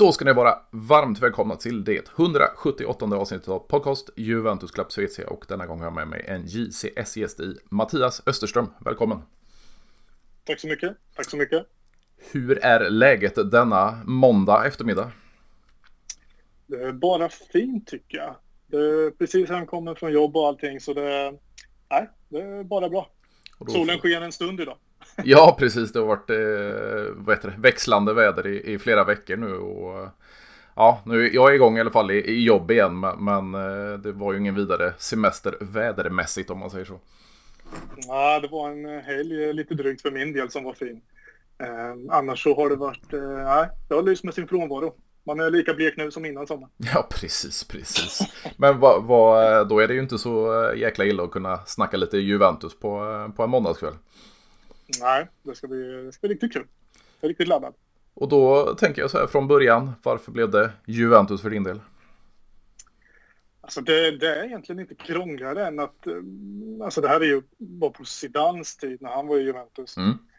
Då ska ni vara varmt välkomna till det 178 avsnittet av podcast Juventus Club Svezia, och denna gång har jag med mig en JCS-gäst i Mattias Österström. Välkommen! Tack så mycket, tack så mycket. Hur är läget denna måndag eftermiddag? Det är bara fint tycker jag. Det är precis han kommer från jobb och allting, så det är bara bra. Solen sken en stund idag. Ja, precis. Det har varit växlande väder i flera veckor nu. Och, ja, nu jag är igång i alla fall i jobb igen. Men det var ju ingen vidare semester vädermässigt, om man säger så. Ja, det var en helg lite drygt för min del som var fin. Annars så har det varit... det har lyst med sin frånvaro. Man är lika blek nu som innan sommaren. Ja, precis. Men då är det ju inte så jäkla illa att kunna snacka lite Juventus på en måndagskväll. Nej, det ska bli riktigt kul. Jag är riktigt laddad. Och då tänker jag så här från början, varför blev det Juventus för din del? Alltså det är egentligen inte krångligare än att... Alltså det här är ju bara på Zidans tid när han var i Juventus.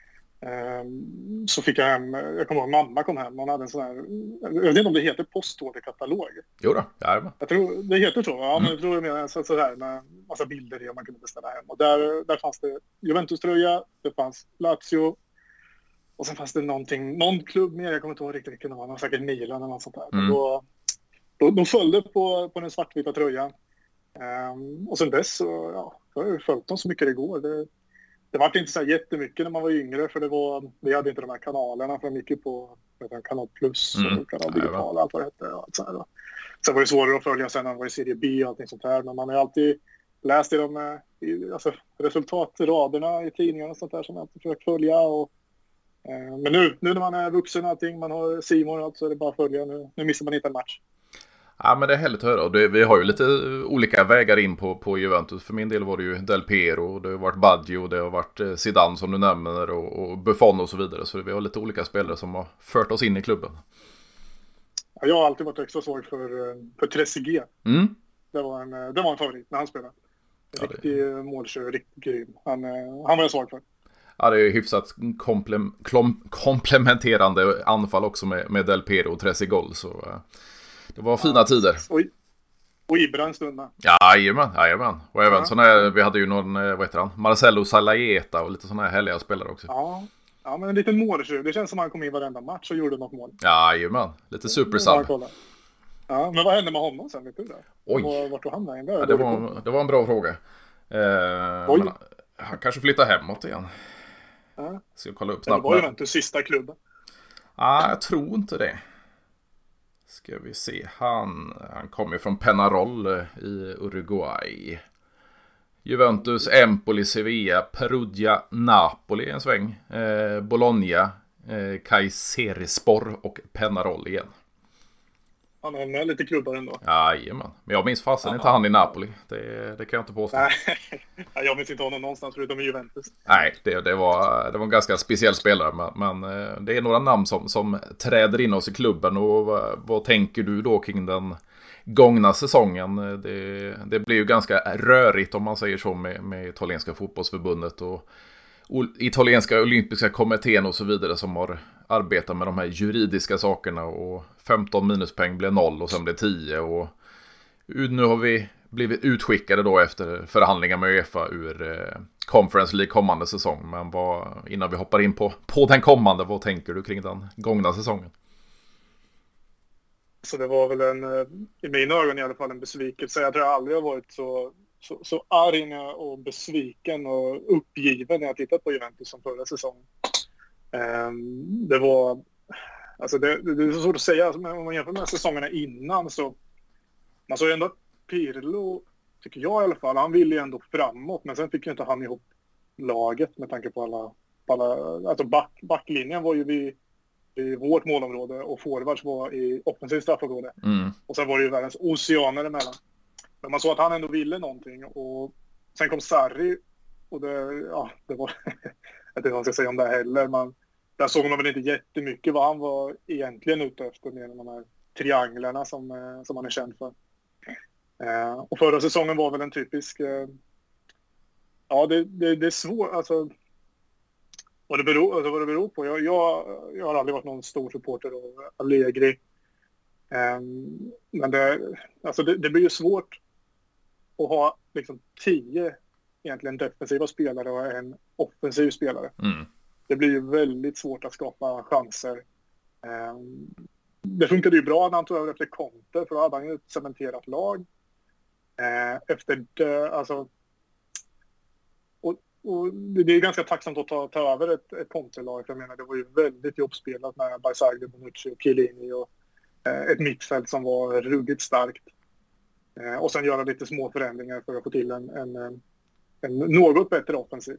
Så fick jag hem... Jag kommer ihåg mamma kom hem. Hon hade en sån här... Jag vet inte om det heter postorderkatalog. Jo då, ja. Jag tror det heter så. Ja, men jag tror det är så här med massa bilder i och man kunde beställa hem. Och där fanns det Juventus-tröja, det fanns Lazio. Och sen fanns det någon klubb mer, jag kommer inte ihåg riktigt vilken det var, säkert Milan eller något sånt där. Då föll det på den svartvita tröjan. Och sen dess så, jag har ju följt dem så mycket det går. Det var inte så här jättemycket när man var yngre, för vi hade inte de här kanalerna, för de gick ju på kanal plus och kanal digital och allt vad det hette. Och så här då. Sen var det svårare att följa sen när man var i serie B och allting sånt här, men man har ju alltid läst i de resultatraderna i tidningarna och sånt där som jag alltid försökt följa. Men nu när man är vuxen och allting, man har Simon och allt, så är det bara att följa. Nu missar man inte en match. Ja, men det är härligt att höra. Och vi har ju lite olika vägar in på Juventus. För min del var det ju Del Piero, det har varit Baggio, det har varit Zidane som du nämner och Buffon och så vidare. Så vi har lite olika spelare som har fört oss in i klubben. Ja, jag har alltid varit extra svag för Trezeguet. Det var en favorit när han spelade. Riktig målkör, riktigt grym. Han var jag svag för. Ja, det är hyfsat komplementerande anfall också med Del Piero och Trezeguet, så det var fina tider. Och Ibra en stund med. Jajamän. Och även sådana här, vi hade ju någon, vad heter han? Marcelo Salaeta och lite sådana här härliga spelare också. Ja, men en liten målkör. Det känns som han kom in varenda match och gjorde något mål. Jajamän, lite supersub. Ja, men vad hände med honom sen, vet du det? Oj. Vart han där? Ja, det var en bra fråga. Men han kanske flyttar hemåt igen. Ja. Ska jag kolla upp snabbt. Det var ju inte sista klubben. Jag tror inte det. Ska vi se. Han kommer från Penarol i Uruguay. Juventus, Empoli, Sevilla, Perugia, Napoli en sväng. Bologna, Kayserispor och Penarol igen. Han är med lite klubbar ändå. Jajamän. Men jag minns fasen inte han i Napoli. Det kan jag inte påstå. Nej, jag minns inte honom någonstans förutom i Juventus. Nej, det var en ganska speciell spelare. Men det är några namn som träder in oss i klubben. Och vad tänker du då kring den gångna säsongen? Det blir ju ganska rörigt, om man säger så, med italienska fotbollsförbundet och italienska olympiska kommittén och så vidare, som har arbetat med de här juridiska sakerna, och 15 minuspoäng blev 0 och sen blev 10, och nu har vi blivit utskickade då efter förhandlingar med UEFA ur Conference League kommande säsong. Men innan vi hoppar in på den kommande, vad tänker du kring den gångna säsongen? Så det var väl i mina ögon i alla fall, en besvikelse. Jag tror jag aldrig har varit så arg och besviken och uppgiven när jag tittat på Juventus som förra säsongen. Det var... Alltså det är så svårt att säga. Om man jämför med säsongerna innan, så... Man såg ändå att Pirlo, tycker jag i alla fall, han ville ju ändå framåt. Men sen fick ju inte han ihop laget med tanke på alla alltså backlinjen var ju vid vårt målområde och forwards var i offensivt straffområde. Och sen var det ju världens oceaner emellan. Men man såg att han ändå ville någonting. Och sen kom Sarri. Och det var... jag vet inte vad jag ska säga om det heller. Men där såg man väl inte jättemycket vad han var egentligen ute efter. Mer än de här trianglarna som han är känd för. Och förra säsongen var väl en typisk... det är svårt. Alltså, vad det beror på. Jag har aldrig varit någon stor supporter av Allegri. Men det blir ju svårt att ha liksom 10 egentligen defensiva spelare och en offensiv spelare. Det blir ju väldigt svårt att skapa chanser. Det funkade ju bra när han tog över efter Conte, för då hade han ju ett cementerat lag. Efter det, alltså, och det är ganska tacksamt att ta över ett Conte-lag. För jag menar, det var ju väldigt jobbspelat med Barzagli, Bonucci och Chiellini och ett mittfält som var ruggigt starkt. Och sen göra lite små förändringar för att få till en något bättre offensiv.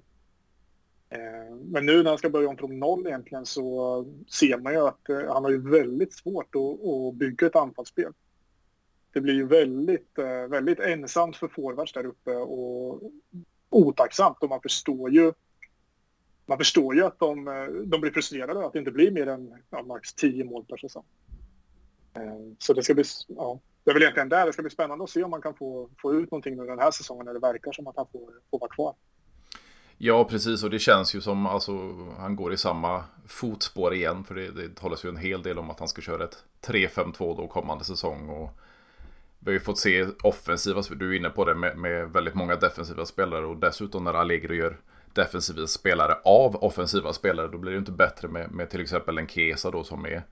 Men nu när han ska börja om från noll egentligen, så ser man ju att han har ju väldigt svårt att bygga ett anfallsspel. Det blir ju väldigt, väldigt ensamt för forwards där uppe och otacksamt. Och man förstår ju att de blir frustrerade att det inte blir mer än max 10 mål per säsong. Så det ska bli, det är väl egentligen där det ska bli spännande att se om man kan få ut någonting nu den här säsongen, när det verkar som att han får vara kvar. Ja, precis, och det känns ju som han går i samma fotspår igen, för det talas ju en hel del om att han ska köra ett 3-5-2 då kommande säsong, och vi har ju fått se offensiva, du är inne på det, med väldigt många defensiva spelare, och dessutom när Allegri gör defensiva spelare av offensiva spelare, då blir det inte bättre med till exempel en Chiesa då, som är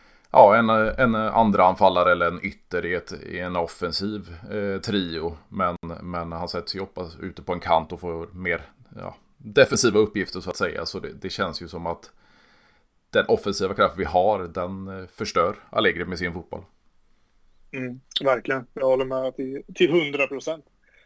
en andra anfallare eller en ytter i en offensiv trio, men han sätts ju upp ute på en kant och får mer defensiva uppgifter så att säga. Så det känns ju som att den offensiva kraft vi har, den förstör Allegri med sin fotboll. Verkligen, jag håller med till 100%.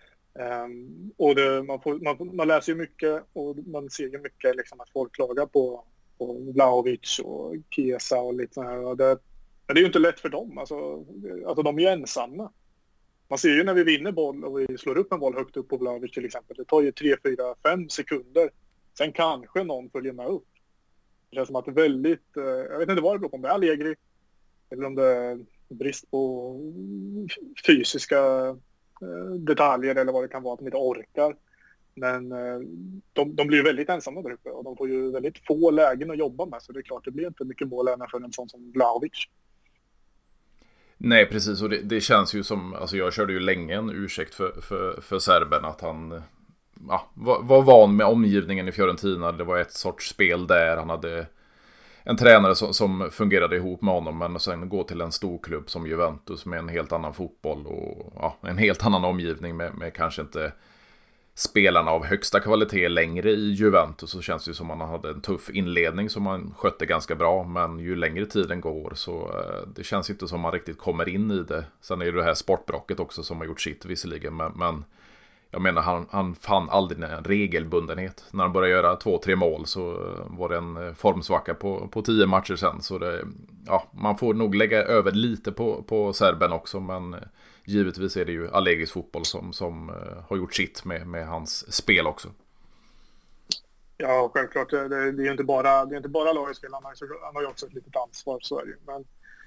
Och man läser ju mycket och man ser ju mycket liksom att folk klagar på Vlahovic och Chiesa och lite sådär. Och det är ju inte lätt för dem. Alltså de är ju ensamma. Man ser ju när vi vinner boll och vi slår upp en boll högt upp på Vlahovic till exempel. Det tar ju 3, 4, 5 sekunder. Sen kanske någon följer med upp. Det känns som att det är väldigt... jag vet inte vad det beror på, om det är Allegri eller om det är brist på fysiska detaljer eller vad det kan vara, att de inte orkar. Men de blir ju väldigt ensamma där uppe och de får ju väldigt få lägen att jobba med, så det är klart det blir inte mycket mål även för en sån som Vlahovic. Nej, precis, och det känns ju som, alltså jag körde ju länge en ursäkt för serben att han var van med omgivningen i Fiorentina. Det var ett sorts spel där, han hade en tränare som fungerade ihop med honom, men sen gå till en stor klubb som Juventus med en helt annan fotboll och en helt annan omgivning med kanske inte spelarna av högsta kvalitet längre i Juventus, så känns det som att man hade en tuff inledning som man skötte ganska bra, men ju längre tiden går så det känns inte som man riktigt kommer in i det. Sen är det här sportbrocket också som har gjort sitt visserligen, men jag menar han fann aldrig en regelbundenhet. När han började göra 2-3 mål så var det en formsvacka på 10 matcher sen, så man får nog lägga över lite på serben också, men givetvis är det ju Allegris fotboll som har gjort sitt med hans spel också. Ja, självklart. Det är ju inte bara lagets spel. Han har ju också ett litet ansvar, så är det ju. Men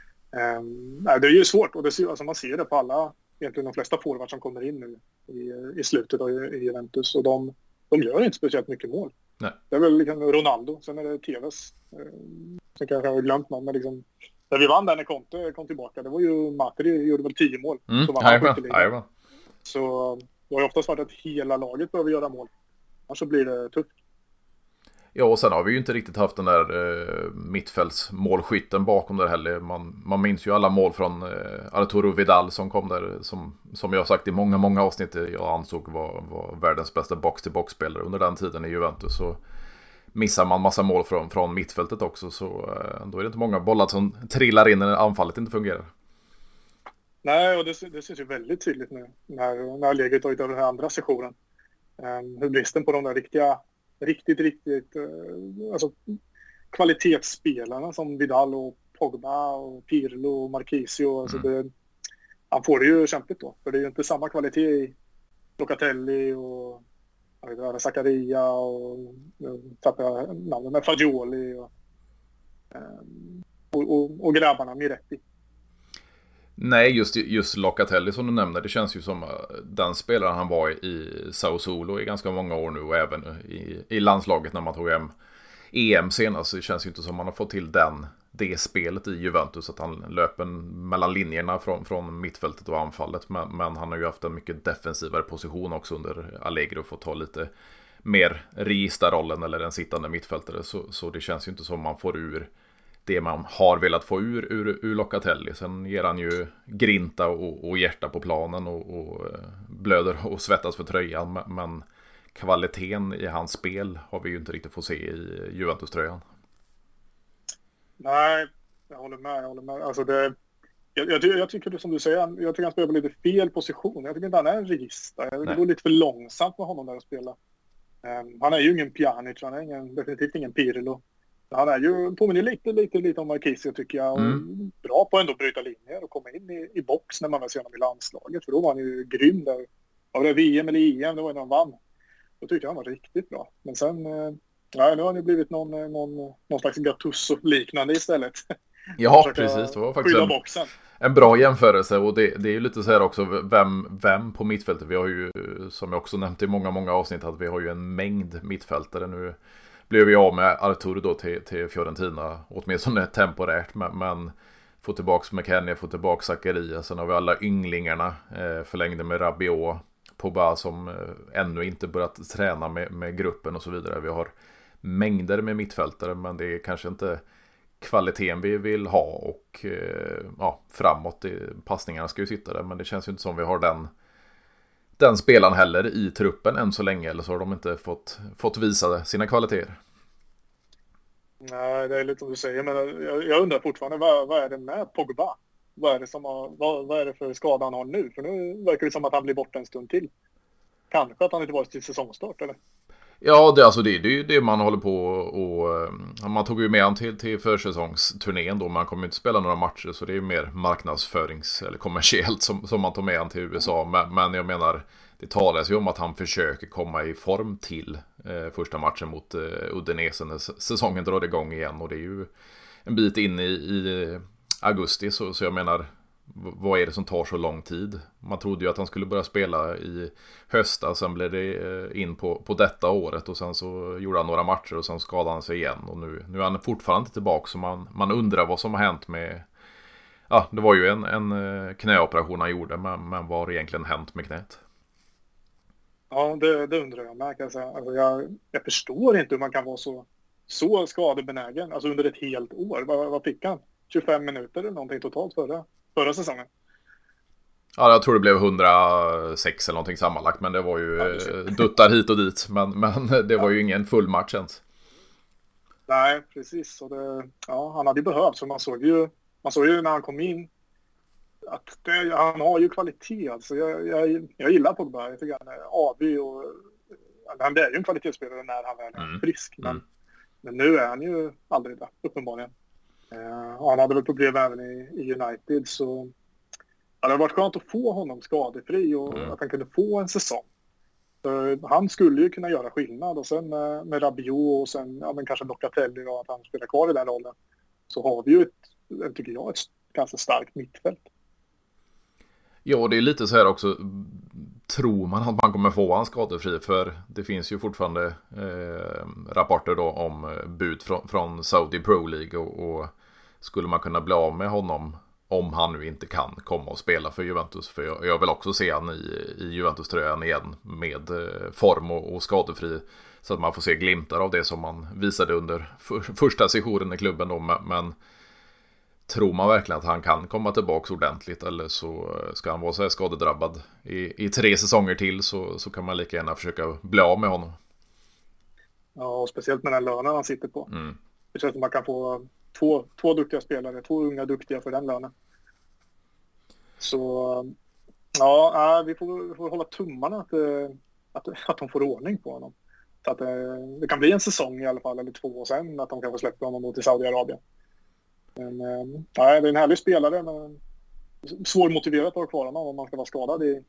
det är ju svårt, och man ser det på alla, egentligen de flesta forwards som kommer in nu i slutet av Juventus, och de gör inte speciellt mycket mål. Nej. Det är väl liksom Ronaldo, sen är det TVs. Sen kanske jag har glömt någon, men liksom när vi vann där när Conte kom tillbaka, det var ju Matri gjorde väl 10 mål. Så vann han så det har ju oftast varit att hela laget behöver göra mål. Annars så blir det tufft. Ja, och sen har vi ju inte riktigt haft den där mittfältsmålskytten bakom där heller. Man minns ju alla mål från Arturo Vidal som kom där, som jag har sagt i många avsnitt jag ansåg var världens bästa box-till-box-spelare under den tiden i Juventus. Så missar man massa mål från mittfältet också, så då är det inte många bollar som trillar in när anfallet inte fungerar. Nej, och det syns ju väldigt tydligt nu när Allegri tagit över den här andra sessionen. Hur bristen på de där riktigt alltså kvalitetsspelarna som Vidal och Pogba och Pirlo och Marchisio, alltså han får det ju kämpigt då, för det är ju inte samma kvalitet i Locatelli och Zakaria och tappar namnet med Fagioli och grabbarna Miretti. Nej, just Locatelli som du nämnde, det känns ju som den spelaren han var i Sao Solo i ganska många år nu, och även i landslaget när man tog hem EM senast, så det känns ju inte som man har fått till det spelet i Juventus, att han löper mellan linjerna från mittfältet och anfallet, men han har ju haft en mycket defensivare position också under Allegri och fått ta lite mer registerrollen eller en sittande mittfältare, så det känns ju inte som man får ur det man har velat få ur Locatelli. Sen ger han ju grinta och hjärta på planen och blöder och svettas för tröjan, men kvaliteten i hans spel har vi ju inte riktigt fått se i Juventus-tröjan. Nej, jag håller med. Alltså jag tycker det som du säger, jag tycker han spelar på lite fel position. Jag tycker inte han är en register. Det går lite för långsamt med honom där att spela. Han är ju ingen Pjanic, han är definitivt ingen Pirlo. Han är ju, påminner lite om Marquisio tycker jag. Och bra på att ändå bryta linjer och komma in i box när man väl ser honom i landslaget. För då var han ju grym där. Av det VM eller EM, det var när han vann. Då tyckte jag han var riktigt bra. Men sen, nu har han ju blivit någon slags Gattuso-liknande istället. Ja, precis. Det var faktiskt en bra jämförelse. Och det är ju lite så här också, vem på mittfältet. Vi har ju, som jag också nämnt i många avsnitt, att vi har ju en mängd mittfältare. Nu blev vi av med Arturo då till Fiorentina, åtminstone temporärt, men få tillbaka McKennie, få tillbaka Zakaria. Sen har vi alla ynglingarna, förlängde med Rabiot, Pogba som ännu inte börjat träna med gruppen och så vidare. Vi har mängder med mittfältare, men det är kanske inte kvaliteten vi vill ha, och framåt, passningarna ska ju sitta där, men det känns ju inte som vi har den spelaren heller i truppen än så länge, eller så har de inte fått visa sina kvaliteter. Nej, det är lite som du säger, men jag undrar fortfarande, vad är det med Pogba? Vad är det för skada han har nu? För nu verkar det som att han blir borta en stund till. Kanske att han inte varit till säsongstart, eller? Ja, det är ju det man håller på, och man tog ju med han till försäsongsturnén då. Man kommer inte spela några matcher, så det är ju mer marknadsförings- eller kommersiellt som man tog med han till USA. Men jag menar, det talas ju om att han försöker komma i form till första matchen mot Udinese när säsongen drar igång igen. Och det är ju en bit in i augusti, så jag menar, vad är det som tar så lång tid? Man trodde ju att han skulle börja spela i hösta, sen blev det in på detta året, och sen så gjorde han några matcher och sen skadade han sig igen, och nu är han fortfarande inte tillbaka, så man undrar vad som har hänt med, det var ju en knäoperation han gjorde, men vad har egentligen hänt med knät? Ja, det undrar jag med, kan jag säga. Alltså jag förstår inte hur man kan vara så skadebenägen, alltså under ett helt år. Vad fick han? 25 minuter eller någonting totalt förra säsongen? Ja, jag tror det blev 106 eller någonting sammanlagt, men det var ju duttar hit och dit, men det var ju ingen full match ens. Nej, precis. Och han hade ju behövt, så man såg ju när han kom in att han har ju kvalitet. Alltså jag gillar Pogba. Jag tycker han är avig, och han är ju en kvalitetsspelare när han väl är frisk. Men nu är han ju aldrig där, uppenbarligen. Han hade väl problem även i United, så det hade varit skönt att få honom skadefri och att han kunde få en säsong. För han skulle ju kunna göra skillnad, och sen med Rabiot och sen men kanske Locatelli och att han spelar kvar i den rollen, så har vi ju tycker jag, ett ganska starkt mittfält. Ja, det är lite så här också, tror man att man kommer få han skadefri, för det finns ju fortfarande rapporter då om bud från Saudi Pro League, och skulle man kunna bli av med honom om han nu inte kan komma och spela för Juventus, för jag vill också se han i Juventus-tröjan igen med form och skadefri, så att man får se glimtar av det som man visade under första sessionen i klubben då, men tror man verkligen att han kan komma tillbaka ordentligt, eller så ska han vara så här skadedrabbad i 3 säsonger till, så kan man lika gärna försöka bli av med honom. Ja, och speciellt med den lönen han sitter på. Det känns som man kan få två duktiga spelare, 2 unga duktiga för den lönen. Så vi får hålla tummarna att de får ordning på honom. Så att det kan bli en säsong i alla fall, eller 2, och sen att de kan få släppa honom mot i Saudiarabien. Men det är en härlig spelare, men svårmotiverat att ha kvar honom om man ska vara skadad i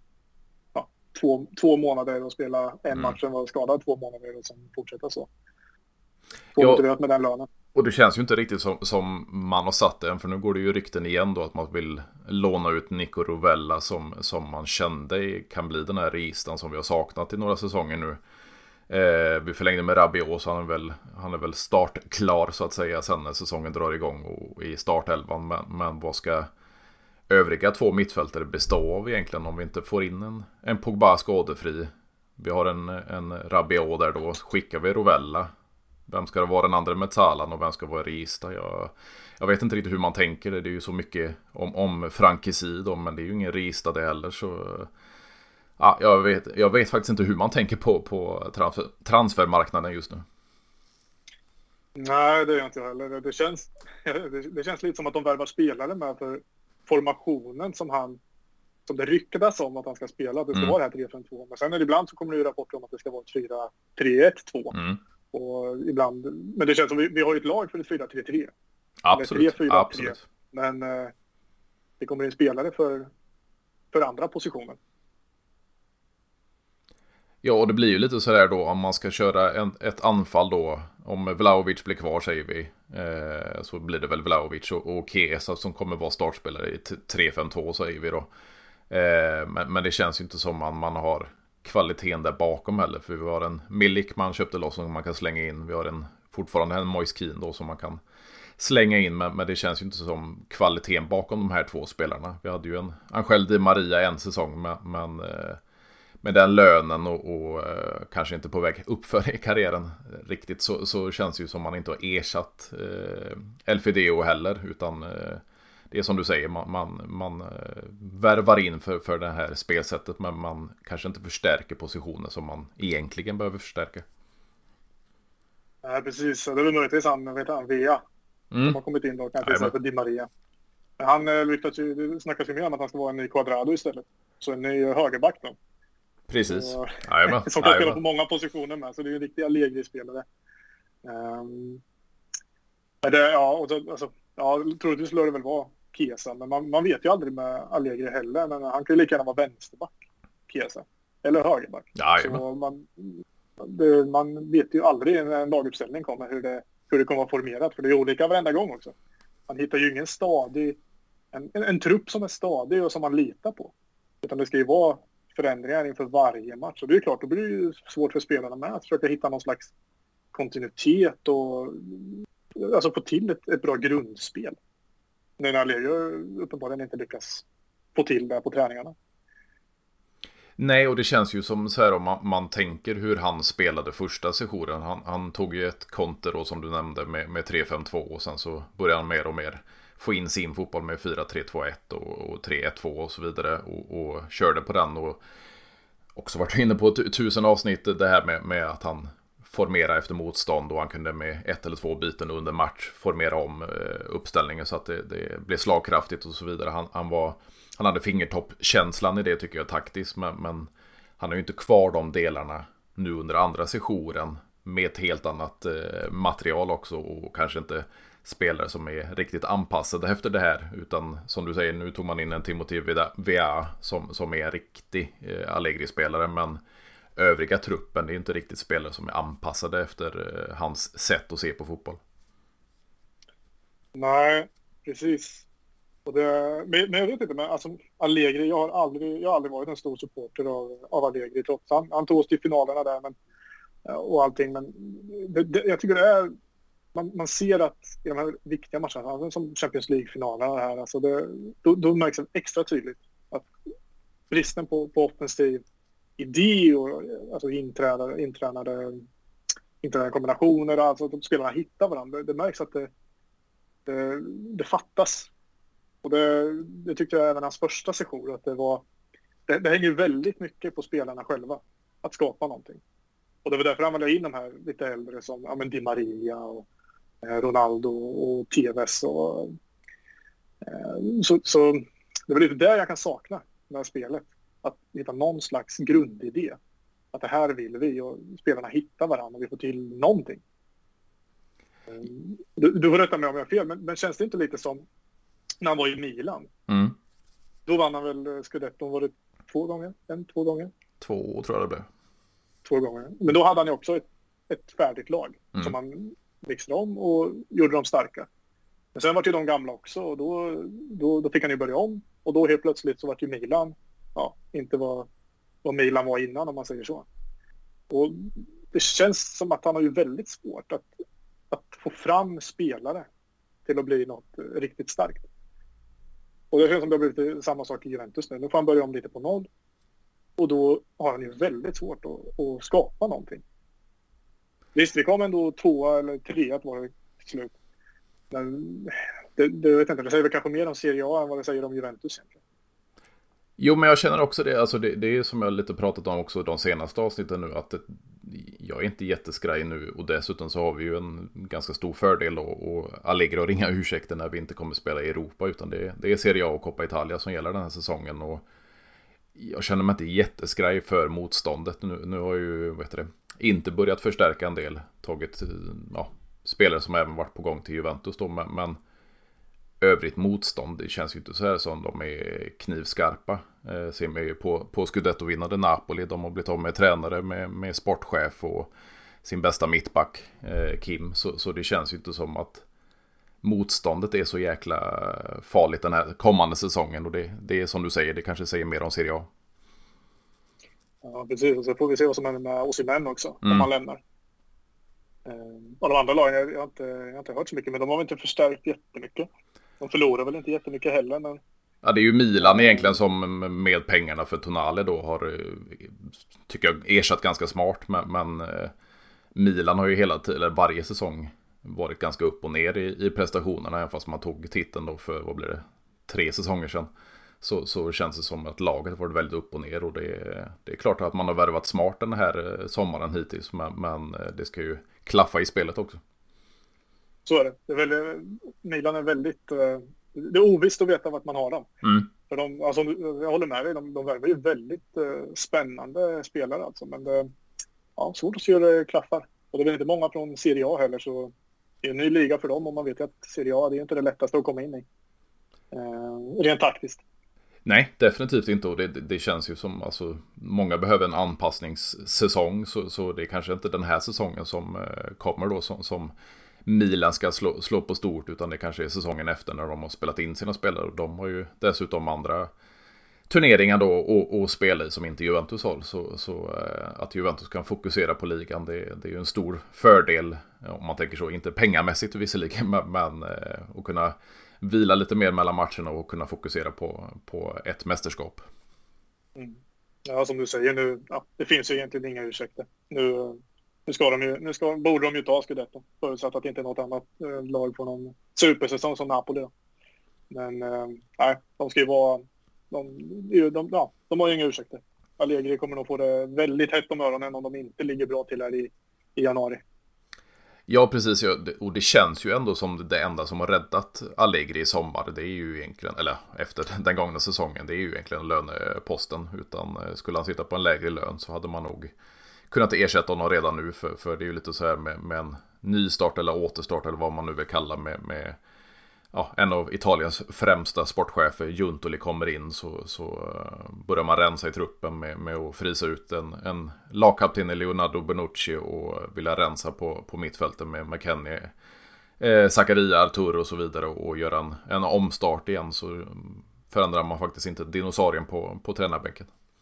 2 månader och spela en match, och vara skadad 2 månader och sen fortsätta så. Svårmotiverat med den lönen. Och det känns ju inte riktigt som man har satt den, för nu går det ju rykten igen då att man vill låna ut Nico Rovella som man kände kan bli den här registern som vi har saknat i några säsonger nu. Vi förlängde med Rabiot, så han är väl startklar så att säga sen när säsongen drar igång och i startelvan. Men vad ska övriga 2 mittfältare bestå av egentligen om vi inte får in en Pogba skadefri? Vi har en Rabiot där, då skickar vi Rovella. Vem ska det vara den andra med Talan och vem ska vara Rista? Jag vet inte riktigt hur man tänker. Det är ju så mycket om Frankesi då, men det är ju ingen Rista det heller. Så ja, jag vet faktiskt inte hur man tänker på transfermarknaden just nu. Nej, det gör jag inte heller. Det känns lite som att de värvar spelare med för formationen som det rycktas om att han ska spela. Det ska vara det här 3-5-2. Men sen ibland så kommer det ju rapporter om att det ska vara ett 4-3-1-2. Och ibland, men det känns som vi har ju ett lag för ett 4-3-3. Absolut. Eller 3-4-3. Absolut. Men det kommer in spelare för andra positioner. Ja, och det blir ju lite sådär då om man ska köra ett anfall då. Om Vlahovic blir kvar, säger vi, så blir det väl Vlahovic och Chiesa som kommer vara startspelare i 3-5-2, säger vi då. Men det känns ju inte som man har kvaliteten där bakom heller. För vi har en Milik man köpte loss som man kan slänga in. Vi har fortfarande en Moise Kean då som man kan slänga in. Men det känns ju inte som kvaliteten bakom de här 2 spelarna. Vi hade ju en Angel Di Maria en säsong, men med den lönen och kanske inte på väg uppför i karriären riktigt, så känns det ju som man inte har ersatt Elfideo heller, utan det är som du säger, man värvar in för det här spelsättet, men man kanske inte förstärker positioner som man egentligen behöver förstärka. Ja, precis. Det är väl möjligtvis han Vea som har kommit in då, kanske istället för Di Maria. Han lyckas ju, det snackas ju mer om att han ska vara en ny Quadrado istället. Så en ny högerback då. Precis. Som kan spela på många positioner med, så det är ju en riktig Allegri-spelare. Troligtvis skulle det väl vara Chiesa, men man vet ju aldrig med Allegri heller. Men han kan ju lika gärna vara vänsterback, Chiesa, eller högerback. Så man vet ju aldrig när en laguppställning kommer hur det kommer att vara formerat, för det är olika varenda gång också. Man hittar ju ingen stadig, en trupp som är stadig och som man litar på, utan det ska ju vara förändringar inför varje match. Och det är klart, då blir det ju svårt för spelarna med att försöka hitta någon slags kontinuitet och alltså få till ett bra grundspel. När Allegri uppenbarligen inte lyckas få till det på träningarna. Nej, och det känns ju som så här om man tänker hur han spelade första sessionen. Han tog ju ett konter då, som du nämnde, med 3-5-2, och sen så började han mer och mer få in sin fotboll med 4-3-2-1 och 3-1-2 och så vidare, och körde på den, och också varit inne på 1000 avsnitt det här med att han formera efter motstånd, och han kunde med 1 eller 2 byten under match formera om uppställningen så att det blev slagkraftigt och så vidare. Han hade fingertoppkänslan i det, tycker jag, taktiskt, men han har ju inte kvar de delarna nu under andra sessionen med ett helt annat material också, och kanske inte spelare som är riktigt anpassade efter det här, utan som du säger, nu tog man in en Timothy Vea som är en riktig Allegri-spelare, men övriga truppen, det är inte riktigt spelare som är anpassade efter hans sätt att se på fotboll. Nej, precis. Men jag vet inte, men alltså Allegri, jag har aldrig varit en stor supporter av Allegri, trots han tog oss till finalerna där, och allting, men jag tycker det är, man ser att i de här viktiga matcherna som Champions League-finalerna här, alltså då märks det extra tydligt att bristen på offensiv idé och alltså intränade kombinationer, alltså att spelarna hittar varandra. Det märks att det fattas. Och det tyckte jag även hans första session, att det hänger väldigt mycket på spelarna själva att skapa någonting. Och det var därför han valde in de här lite äldre som Di Maria och Ronaldo och Tevez och så det var lite där jag kan sakna det här spelet. Att hitta någon slags grundidé. Att det här vill vi, och spelarna hittar varandra och vi får till någonting. Du får rätta mig om jag har fel, men känns det inte lite som när han var i Milan? Då vann han väl Scudetto, var det 2 gånger? 2 gånger? 2 tror jag det blev. 2 gånger. Men då hade han ju också ett färdigt lag som han mixade om och gjorde dem starka. Men sen var det ju de gamla också, och då fick han ju börja om, och då helt plötsligt så var det ju Milan inte vad Milan var innan, om man säger så. Och det känns som att han har ju väldigt svårt att få fram spelare till att bli något riktigt starkt. Och det känns som det har blivit samma sak i Juventus nu. Nu får han börja om lite på noll. Och då har han ju väldigt svårt att skapa någonting. Visst, vi kom ändå 2 eller 3 var det till slut. Men det vet inte, det säger väl kanske mer om Serie A än vad det säger om Juventus egentligen. Jo, men jag känner också det. Alltså det är som jag lite pratat om också de senaste avsnitten nu. Att jag är inte jätteskraj nu. Och dessutom så har vi ju en ganska stor fördel. Och Allegri har inga ursäkter när vi inte kommer spela i Europa. Utan det är Serie A och Coppa Italia som gäller den här säsongen. Och jag känner mig inte jätteskraj för motståndet. Nu har ju inte börjat förstärka en del. Tagit spelare som även varit på gång till Juventus då. Men övrigt motstånd, det känns ju inte så här som de är knivskarpa. Ser man ju på Scudetto-vinnande Napoli. De har blivit av med tränare med sportchef och sin bästa mittback Kim. Så det känns ju inte som att motståndet är så jäkla farligt den här kommande säsongen. Och det är som du säger, det kanske säger mer om Serie A. Ja, precis. Och så får vi se vad som händer med Osimhen också, om han lämnar. Och de andra lagen, jag har inte hört så mycket, men de har väl inte förstärkt jättemycket. De förlorar väl inte jättemycket heller. Men... Ja, det är ju Milan egentligen som med pengarna för Tonali då har, tycker jag, ersatt ganska smart. Men Milan har ju hela tiden, varje säsong varit ganska upp och ner i prestationerna. Även fast man tog titeln då för, 3 säsonger sedan. Så känns det som att laget har varit väldigt upp och ner. Och det är klart att man har värvat smart den här sommaren hittills. Men det ska ju klaffa i spelet också. Så är det. Milan är väldigt... Det är ovisst att veta vart man har dem. För jag håller med dig, de värvar ju väldigt spännande spelare alltså. Men det är svårt att se hur det klaffar. Och det är väl inte många från Serie A heller, så det är en ny liga för dem. Och man vet ju att Serie A, det är inte det lättaste att komma in i. Rent taktiskt. Nej, definitivt inte. Och det känns ju som, alltså, många behöver en anpassningssäsong. Så det är kanske inte den här säsongen som kommer då som Milan ska slå på stort, utan det kanske är säsongen efter när de har spelat in sina spelare. De har ju dessutom andra turneringar då och spela i som inte Juventus har. Så att Juventus kan fokusera på ligan, det är ju en stor fördel, om man tänker så, inte pengamässigt visserligen, men att kunna vila lite mer mellan matcherna och kunna fokusera på ett mästerskap. Ja, som du säger nu, det finns ju egentligen inga ursäkter. Nu borde de ju ta Scudetto, förutsatt att det inte är något annat lag på någon supersäsong som Napoli då. Men nej, de ska ju vara de har ju inga ursäkter. Allegri kommer nog få det väldigt hett om öronen om de inte ligger bra till här i januari. Ja, precis. Och det känns ju ändå som det enda som har räddat Allegri i sommar. Det är ju egentligen, eller efter den gångna säsongen, det är ju egentligen löneposten. Utan skulle han sitta på en lägre lön så hade man nog kunnat ersätta honom redan nu. För det är ju lite så här med en nystart eller återstart eller vad man nu vill kalla med en av Italiens främsta sportchefer, Giuntoli, kommer in, så börjar man rensa i truppen med att frisa ut en lagkapten i Leonardo Bonucci och vilja rensa på mittfälten med McKennie, Zaccaria, Arturo och så vidare, och göra en omstart igen, så förändrar man faktiskt inte dinosaurien på tränarbänken.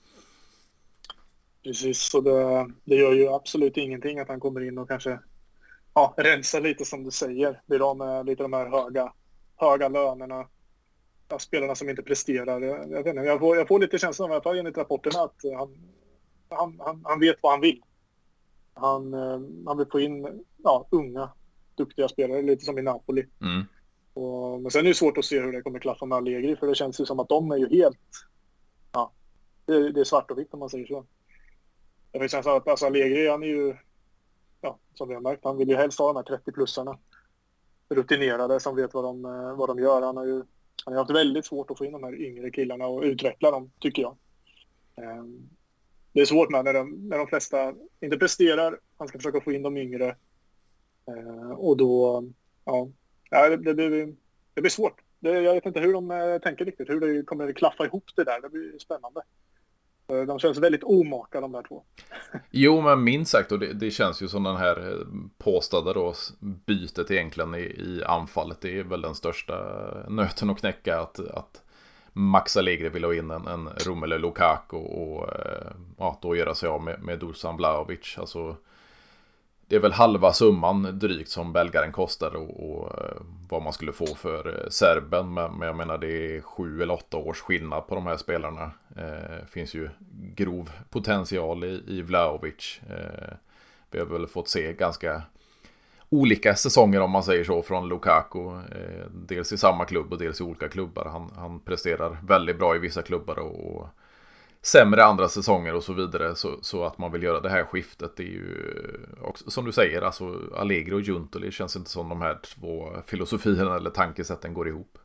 Precis, så det gör ju absolut ingenting att han kommer in och kanske rensa lite, som du säger. Blir av med lite de här höga lönerna, spelarna som inte presterar. Jag vet inte, jag får lite känslan av att enligt rapporterna att han vet vad han vill. Han vill få in unga, duktiga spelare, lite som i Napoli. Men sen är det svårt att se hur det kommer klaffa med Allegri, för det känns ju som att de är ju helt... det är svart och vitt, om man säger så. Det känns som att Allegri, han är ju, som vi har märkt, han vill ju helst ha de här 30-plussarna. Rutinerade som vet vad de gör. Han har haft väldigt svårt att få in de här yngre killarna och utveckla dem, tycker jag. Det är svårt när de flesta inte presterar. Han ska försöka få in de yngre. Och då, det blir svårt. Jag vet inte hur de tänker riktigt. Hur det kommer att klaffa ihop det där. Det blir spännande. De känns väldigt omaka, de där två. Jo, men minst sagt, och det känns ju som den här påstådda då bytet egentligen i anfallet. Det är väl den största nöten att knäcka, att Max Allegri vill ha in en Romelu Lukaku och då göra sig av med Dusan Vlahovic. Alltså, det är väl halva summan drygt som belgaren kostar och vad man skulle få för serben. Men jag menar det är 7 eller 8 års skillnad på de här spelarna. Finns ju grov potential i Vlahovic. Vi har väl fått se ganska olika säsonger om man säger så från Lukaku. Dels i samma klubb och dels i olika klubbar. Han presterar väldigt bra i vissa klubbar och sämre andra säsonger och så vidare, så att man vill göra det här skiftet, det är ju också, som du säger, alltså Allegri och Giuntoli känns inte som de här två filosofierna eller tankesätten går ihop.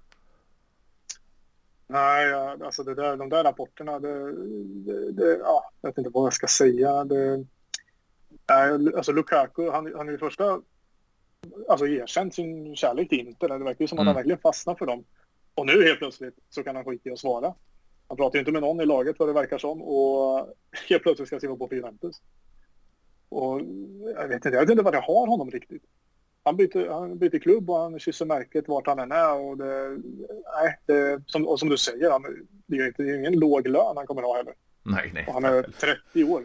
Nej, alltså de där rapporterna, ja, jag vet inte vad jag ska säga. Alltså Lukaku, han är ju första, alltså erkänt sin kärlek till Inter. Det verkar ju som att han verkligen fastnar för dem. Och nu helt plötsligt så kan han skita i att svara. Han pratar ju inte med någon i laget vad det verkar som, och helt plötsligt ska jag skriva på för Juventus. Och jag vet inte vad det har honom riktigt. Han byter klubb och han kysser märket vart han än är. Och som du säger, det är ju ingen låg lön han kommer ha heller. Nej. Och han är 30 år.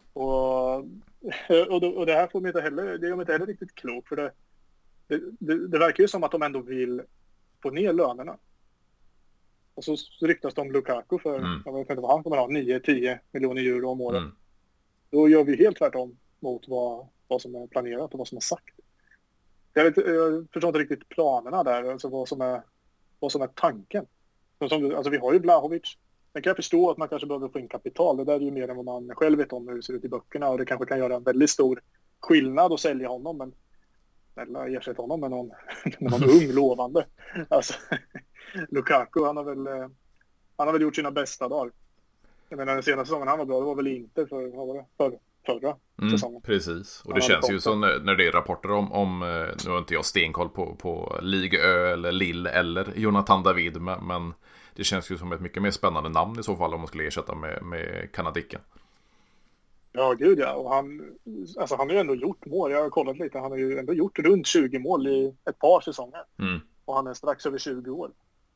Och det här får mig inte heller, det är inte heller riktigt klokt, för det verkar ju som att de ändå vill få ner lönerna. Och så ryktas de om Lukaku för, jag vet inte vad han kommer ha, 9-10 miljoner euro om året. Då gör vi helt tvärtom mot vad som är planerat och vad som är sagt. Jag förstår inte riktigt planerna där, alltså vad som är tanken. Alltså vi har ju Vlahovic. Men kan jag förstå att man kanske behöver få in kapital. Det där är ju mer än vad man själv vet om hur det ser ut i böckerna. Och det kanske kan göra en väldigt stor skillnad att sälja honom. Men snälla, ersätta honom med någon ung lovande. Alltså, Lukaku, han har väl gjort sina bästa dagar. Jag menar, den senaste säsongen han var bra, det var väl inte förra säsongen. Precis, och det känns ju som när det är rapporter om nu har inte jag stenkoll på Ligue Ö eller Lille eller Jonathan David, men det känns ju som ett mycket mer spännande namn i så fall om man skulle ersätta med kanadicken. Ja, gud ja. Och han har ju ändå gjort mål. Jag har kollat lite. Han har ju ändå gjort runt 20 mål i ett par säsonger. Och han är strax över 20 år.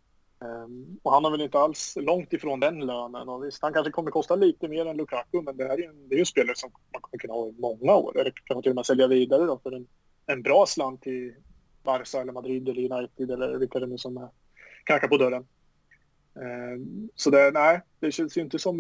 Och han har väl inte alls långt ifrån den lönen. Och visst, han kanske kommer kosta lite mer än Lukaku, men det är ju en spelare som man kommer kunna ha i många år. Eller kan man till och med sälja vidare då för en bra slant till Barca eller Madrid eller United eller vilka det nu som knackar på dörren. Så det känns ju inte som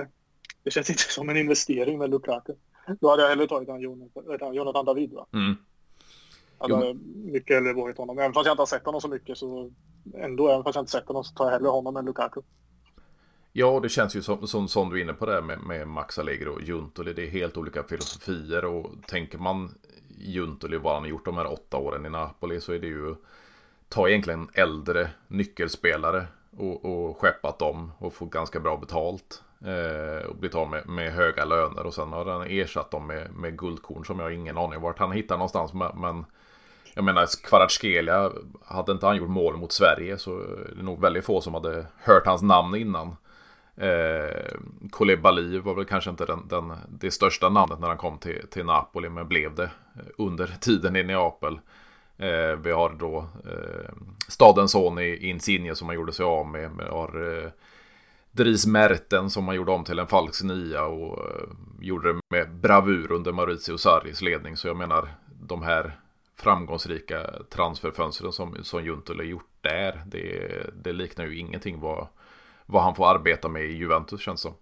en investering med Lukaku. Då hade jag hellre tagit Jonathan David, va? Hade mycket hellre varit honom. Även fast jag inte har sett honom så mycket, så ändå, även fast jag inte sett honom, så tar jag hellre honom än Lukaku. Ja, det känns ju som du är inne på det med Max Allegri och Giuntoli. Det är helt olika filosofier, och tänker man Giuntoli vad han har gjort de här 8 åren i Napoli, så är det ju ta egentligen äldre nyckelspelare och skeppat dem och få ganska bra betalt och blivit av med höga löner, och sen har han ersatt dem med guldkorn som jag har ingen aning vart han hittar någonstans, men jag menar Kvaratskhelia, hade inte han gjort mål mot Sverige så är det nog väldigt få som hade hört hans namn innan. Koulibaly var väl kanske inte det största namnet när han kom till Napoli, men blev det under tiden i Neapel. Vi har då stadens son i Insigne som man gjorde sig av med. Vi har Dries Merten som man gjorde om till en falsk nia och gjorde det med bravur under Maurizio Sarris ledning. Så jag menar, de här framgångsrika transferfönstren som Giuntoli har gjort där, det liknar ju ingenting vad han får arbeta med i Juventus, känns som.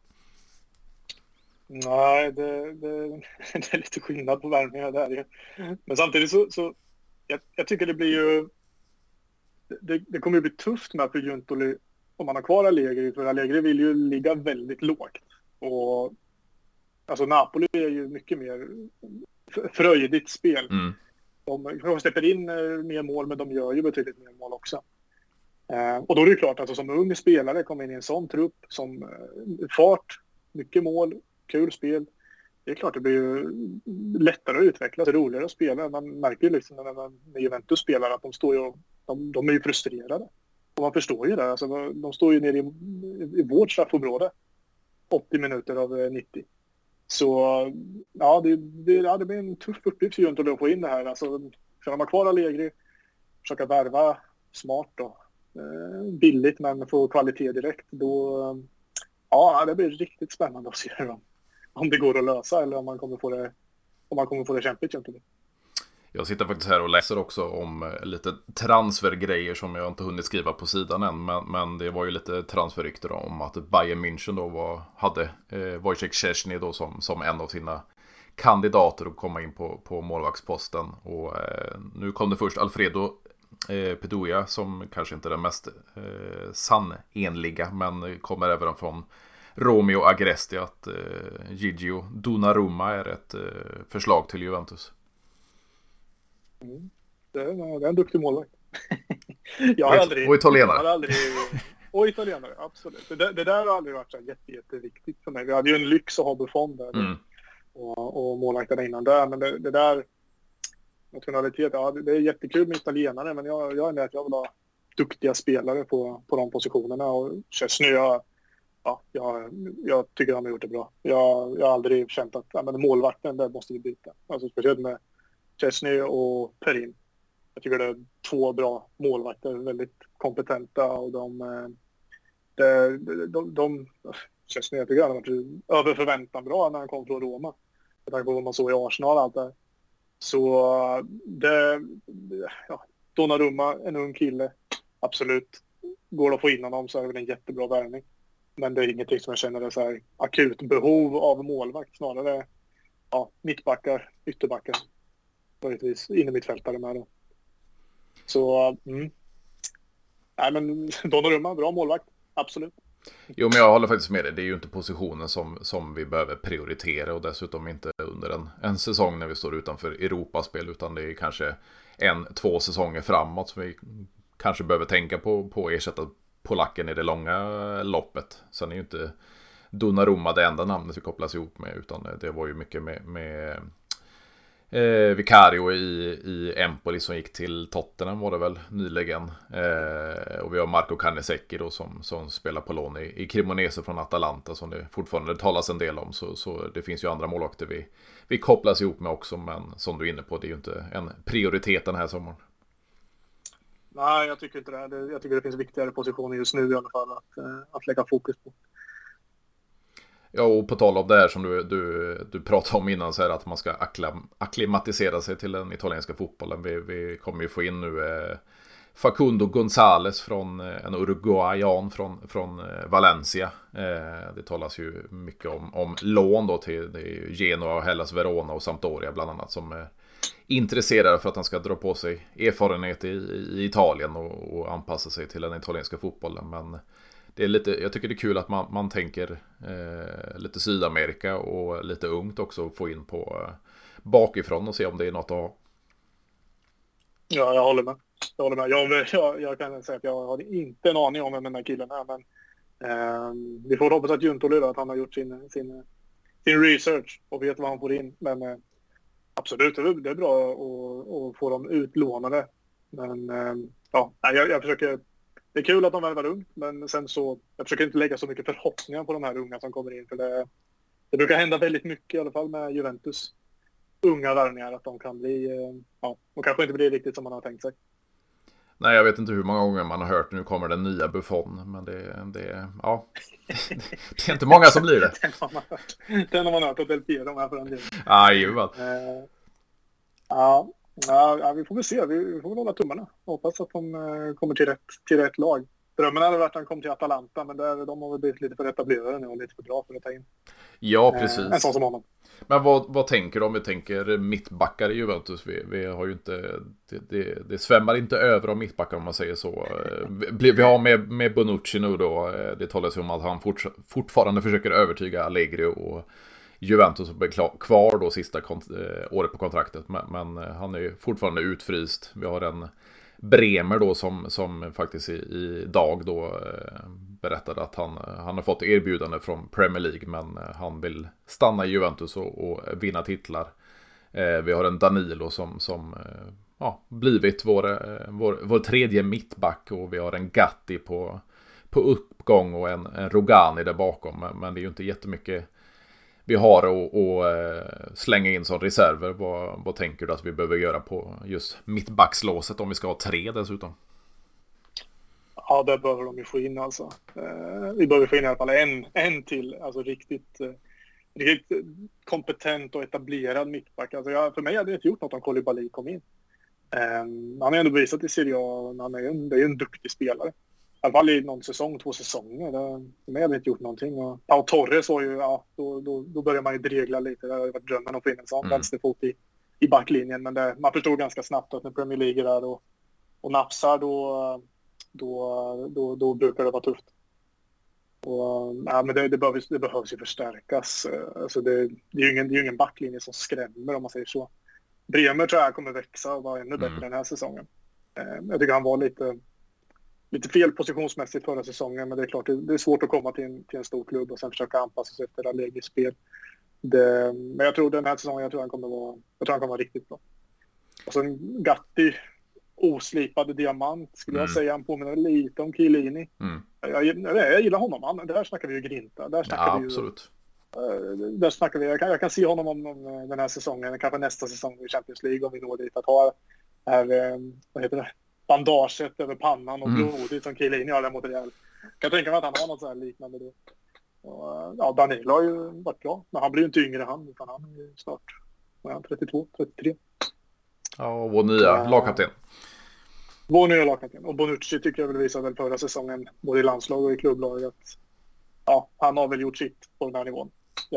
Nej, det är lite skillnad på värvningar där. Men samtidigt så jag tycker det blir ju det kommer ju bli tufft med för Giuntoli om man har kvar Allegri, för Allegri vill ju ligga väldigt lågt. Och alltså Napoli är ju mycket mer fröjdigt spel. De släpper in mer mål, men de gör ju betydligt mer mål också. Och då är det ju klart, alltså som ung spelare kommer in i en sån trupp som fart, mycket mål, kul spel. Det är klart det blir ju lättare att utvecklas, roligare att spela. Man märker ju liksom när Juventus spelar att de är ju frustrerade. Och man förstår ju det. Alltså, de står ju nere i vårt straffområde 80 minuter av 90. Så ja, det blir en tuff uppgift för Juventus att få in det här. Alltså, för de har kvar Allegri, försöka värva smart då. Billigt men få kvalitet direkt. Då, ja, det blir riktigt spännande att se om det går att lösa eller om man kommer få det om han kommer få det kämpigt inte. Jag sitter faktiskt här och läser också om lite transfergrejer som jag inte hunnit skriva på sidan än. Men det var ju lite transferrykter om att Bayern München då hade Wojciech Szczesny då som en av sina kandidater att komma in på målvaktsposten. Och nu kom det först Alfredo Pedulla som kanske inte är den mest sannenliga, men kommer även från Romeo Agresti att Gigio Donnarumma är ett förslag till Juventus. Det är en duktig målvakt. Och italienare. Och italienare, absolut. Det där har aldrig varit så jätteviktigt för mig. Vi hade ju en lyx att ha Buffon där och målvakterna innan där. Men det där, nationalitet, ja, det är jättekul med italienare, men jag är med att jag vill ha duktiga spelare på de positionerna. Och Szczesny, jag tycker han har gjort det bra. Jag har aldrig känt att målvakten, där måste vi byta. Alltså speciellt med Szczesny och Perin. Jag tycker det är 2 bra målvakter, väldigt kompetenta, och Szczesny, jag tycker han har varit över förväntan bra när han kom från Roma. Jag tänker på vad man såg i Arsenal och allt där. Så Donnarumma, en ung kille, absolut. Går det att få in honom så är det väl en jättebra värvning. Men det är ingenting som jag känner är så här akut behov av målvakt. Snarare mittbackar, ytterbackar. Möjligtvis innermittfältare med då. Så, nej men Donnarumma, bra målvakt, absolut. Jo, men jag håller faktiskt med dig. Det är ju inte positionen som vi behöver prioritera, och dessutom inte under en säsong när vi står utanför Europaspel, utan det är kanske 1-2 säsonger framåt som vi kanske behöver tänka på att ersätta polacken i det långa loppet. Sen är ju inte Donnarumma det enda namnet vi kopplas ihop med, utan det var ju mycket med Vicario i Empoli som gick till Tottenham var det väl nyligen. Och vi har Marco Carnesecchi då som spelar på lån i Cremonese från Atalanta, som det fortfarande talas en del om. Så det finns ju andra målvakter vi kopplas ihop med också, men som du är inne på, det är ju inte en prioritet den här sommaren. Nej, jag tycker inte det. Jag tycker det finns viktigare positioner just nu i alla fall att lägga fokus på. Ja, och på tal om det här som du pratade om innan, så är det att man ska akklimatisera sig till den italienska fotbollen. Vi kommer ju få in nu Facundo González från en uruguayan från Valencia. Det talas ju mycket om lån då till Genoa, Hellas Verona och Sampdoria bland annat, som är intresserade för att han ska dra på sig erfarenhet i Italien och anpassa sig till den italienska fotbollen. Men det är lite, jag tycker det är kul att man tänker lite Sydamerika och lite ungt också, få in på bakifrån och se om det är något att ha. Ja, jag håller med. Jag kan säga att jag hade inte en aning om vem den här killen är, men vi får hoppas att Juntoli, att han har gjort sin research och vet vad han får in. Men absolut, det är bra att få dem utlånade. Men jag försöker. Det är kul att de värvar ungt, men sen så jag försöker inte lägga så mycket förhoppningar på de här unga som kommer in, för det brukar hända väldigt mycket i alla fall med Juventus unga värvningar, att de kan bli de kanske inte blir riktigt som man har tänkt sig. Nej, jag vet inte hur många gånger man har hört nu kommer den nya Buffon, men det är inte många som blir det. Den har man hört och Del Piero med för en del. Ja, vi får väl se. Vi får väl hålla tummarna. Hoppas att de kommer till rätt lag. Drömmen hade varit att de kom till Atalanta, men de har väl blivit lite för etablerade nu och lite för bra för att ta in. Ja, precis. En sån som honom. Men vad tänker du om vi tänker mittbackar i Juventus? Vi har ju inte det svämmar inte över av mittbackar, om man säger så. Vi har med Bonucci nu då. Det talas ju om att han fortfarande försöker övertyga Allegri och Juventus blir kvar då sista året på kontraktet, men han är ju fortfarande utfryst. Vi har en Bremer då som faktiskt idag då berättade att han har fått erbjudande från Premier League, men han vill stanna i Juventus och vinna titlar. Vi har en Danilo som blivit vår tredje mittback, och vi har en Gatti på uppgång och en Rogani där bakom, men det är ju inte jättemycket vi har att slänga in som reserver. Vad tänker du att vi behöver göra på just mittbackslåset om vi ska ha 3 dessutom? Ja, där behöver de ju få in alltså. Vi behöver få in i alla fall en till, alltså riktigt riktigt kompetent och etablerad mittback. Alltså för mig hade det inte gjort något om Koulibaly kom in. Han har ändå visat i Serie A, det är en duktig spelare. I alla fall i någon säsong, 2 säsonger. För mig hade det inte gjort någonting. Och Pau Torres var ju, då börjar man ju dregla lite. Det hade varit drömmen att få in en sån vänsterfot i backlinjen. Men man förstod ganska snabbt att när Premier League är där och nafsar, då brukar det vara tufft. Men det behövs ju förstärkas. Alltså det är ju ingen backlinje som skrämmer, om man säger så. Bremer tror jag kommer växa och vara ännu bättre den här säsongen. Jag tycker han var lite fel positionsmässigt förra säsongen, men det är klart det är svårt att komma till en stor klubb och sen försöka anpassa sig efter Allegris spel. Men jag tror den här säsongen han kommer vara riktigt bra. Och sen Gatti, oslipade diamant skulle jag säga. Han påminner lite om Chiellini. Jag gillar honom. Där snackar vi ju grinta. Absolut. Där snackar vi. Jag kan se honom om den här säsongen, kanske nästa säsong i Champions League, om vi når dit, att ha vad heter det? Bandaget över pannan och blodigt som Chiellini har där mot Real. Kan tänka mig att han har något så här liknande då. Och, Danilo har ju varit bra, men han blir ju inte yngre utan han är ju snart 32, 33. Ja, vår nya lagkapten. Vår nya lagkapten. Och Bonucci tycker jag väl visade väl förra säsongen både i landslag och i klubblag att han har väl gjort sitt på den här nivån.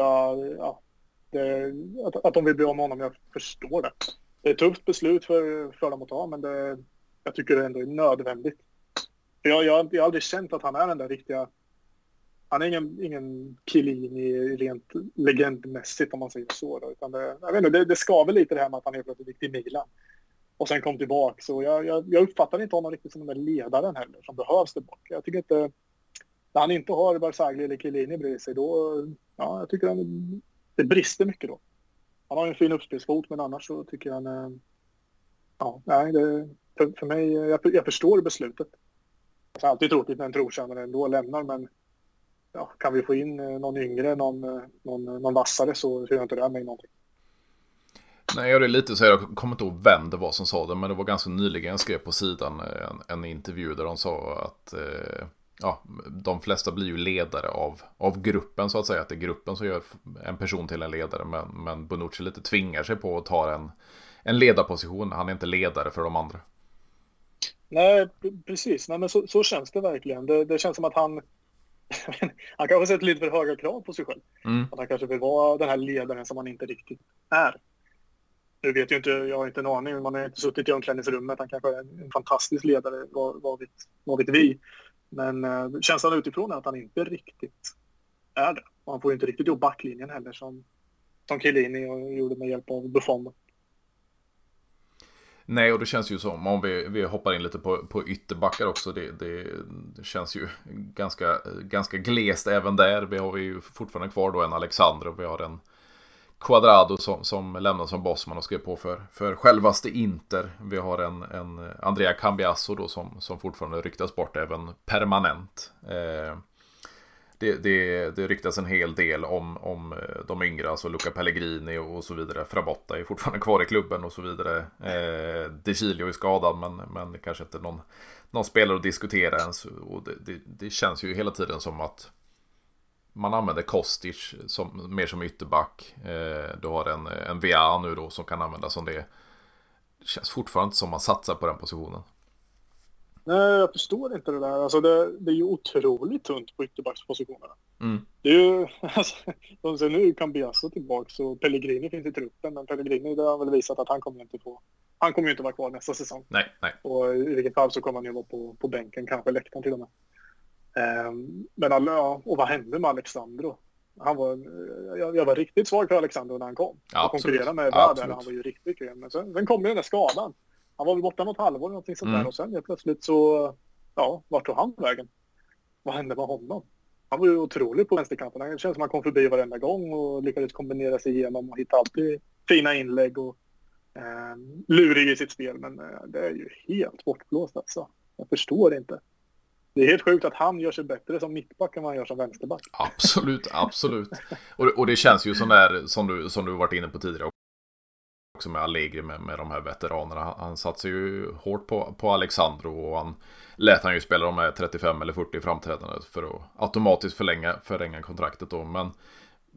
Att de vill bli av med honom, jag förstår det. Det är ett tufft beslut för dem att ta, men jag tycker det ändå är nödvändigt. För jag har aldrig känt att han är den där riktiga... Han är ingen Chiellini rent legendmässigt, om man säger så. Då, utan det skaver lite det här med att han är plötsligt gick till Milan. Och sen kom tillbaka. Så jag uppfattar inte honom riktigt som den där ledaren heller som behövs tillbaka. Jag tycker inte... När han inte har Barzagli eller Chiellini bredvid sig, då... Ja, jag tycker det brister mycket då. Han har en fin uppspelsfot, men annars så tycker han... För mig... Jag förstår beslutet. Jag har alltid tråkigt när en trotjänare ändå lämnar, men... Ja, kan vi få in någon yngre, någon vassare, så tror jag inte det är mig någonting. Nej, det är lite så här, jag kommer inte ihåg vem det var som sa det, men det var ganska nyligen jag skrev på sidan en intervju där de sa att de flesta blir ju ledare av gruppen, så att säga, att det är gruppen som gör en person till en ledare, men Bonucci lite tvingar sig på att ta en ledarposition. Han är inte ledare för de andra. Nej, precis. Nej, men så känns det verkligen. Det känns som att han kanske sätter lite för höga krav på sig själv. Att han kanske vill vara den här ledaren som han inte riktigt är. Nu vet jag inte, jag har inte en aning. Man har inte suttit i omklädningsrummet. Han kanske är en fantastisk ledare, vad vet vi. Men känslan utifrån är att han inte riktigt är det. Och han får ju inte riktigt ihop backlinjen heller som Chiellini gjorde med hjälp av Buffon. Nej, och det känns ju som, om vi hoppar in lite på ytterbackar också, det känns ju ganska glest även där. Vi har ju fortfarande kvar då en Alexander, och vi har en Cuadrado som lämnar som bossman och skrev på för självaste Inter. Vi har en Andrea Cambiasso då som fortfarande ryktas bort även permanent. Det ryktas en hel del om de yngre, alltså Luca Pellegrini och så vidare. Frabotta är fortfarande kvar i klubben och så vidare. De Chilio är skadad, men kanske inte någon spelare att diskutera ens. Och det känns ju hela tiden som att man använder Kostic mer som ytterback. Du har en VA nu då som kan användas som det. Det känns fortfarande inte som man satsar på den positionen. Nej, jag förstår inte det där. Alltså det är ju otroligt tunt på ytterbackspositionerna. Det är ju, alltså, nu kan Biasso tillbaka, så Pellegrini finns i truppen, men Pellegrini har väl visat att han kommer ju inte vara kvar nästa säsong. Nej. Och i vilket fall så kommer han ju vara på bänken, kanske läktaren till och med. Men och vad hände med Alexandro? Jag var riktigt svag för Alexandro när han kom. Och konkurrerade med Värden, han var ju riktigt grym. Men sen kom ju den där skadan. Han var väl borta något halvår eller någonting sånt där. Och sen plötsligt så, vart tog han vägen? Vad hände med honom? Han var ju otrolig på vänsterkanten. Det känns som att han kom förbi varenda gång och lyckades kombinera sig igenom och hitta alltid fina inlägg och lurig i sitt spel. Men det är ju helt bortblåst alltså. Jag förstår inte. Det är helt sjukt att han gör sig bättre som mittback än vad han gör som vänsterback. Absolut. Och det känns ju sån där, som du varit inne på tidigare också med Allegri, med de här veteranerna. Han satsade ju hårt på Alexandro, och han lät han ju spela de här 35 eller 40 framträdande för att automatiskt förlänga kontraktet då. Men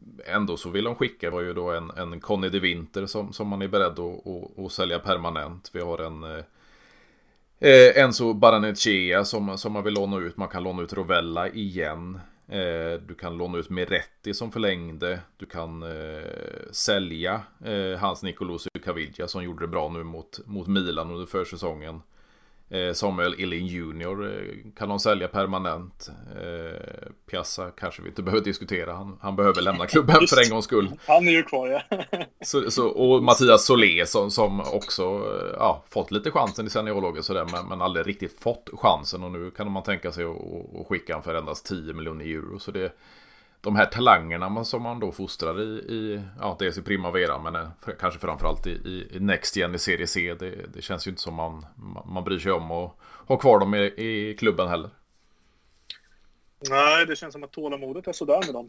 ändå så vill de skicka var ju då en Conny de Winter som man är beredd att sälja permanent. Vi har en Enzo Baranechea som man vill låna ut. Man kan låna ut Rovella igen. Du kan låna ut Miretti som förlängde. Du kan sälja Hans Nicolosi Caviglia som gjorde det bra nu mot Milan under försäsongen. Samuel Illing Jr. Kan de sälja permanent. Piazza kanske vi inte behöver diskutera. Han behöver lämna klubben för en gångs skull. Han är ju kvar, ja. Och Mattias Solé som också fått lite chansen i seniorlaget sådär, men aldrig riktigt fått chansen. Och nu kan man tänka sig att skicka han för endast 10 miljoner euro. Så det de här talangerna som man då fostrar i dels i Primavera, men kanske framförallt i Next Gen i Serie C, det känns ju inte som man bryr sig om att ha kvar dem i klubben heller. Nej, det känns som att tålamodet är sådär med dem.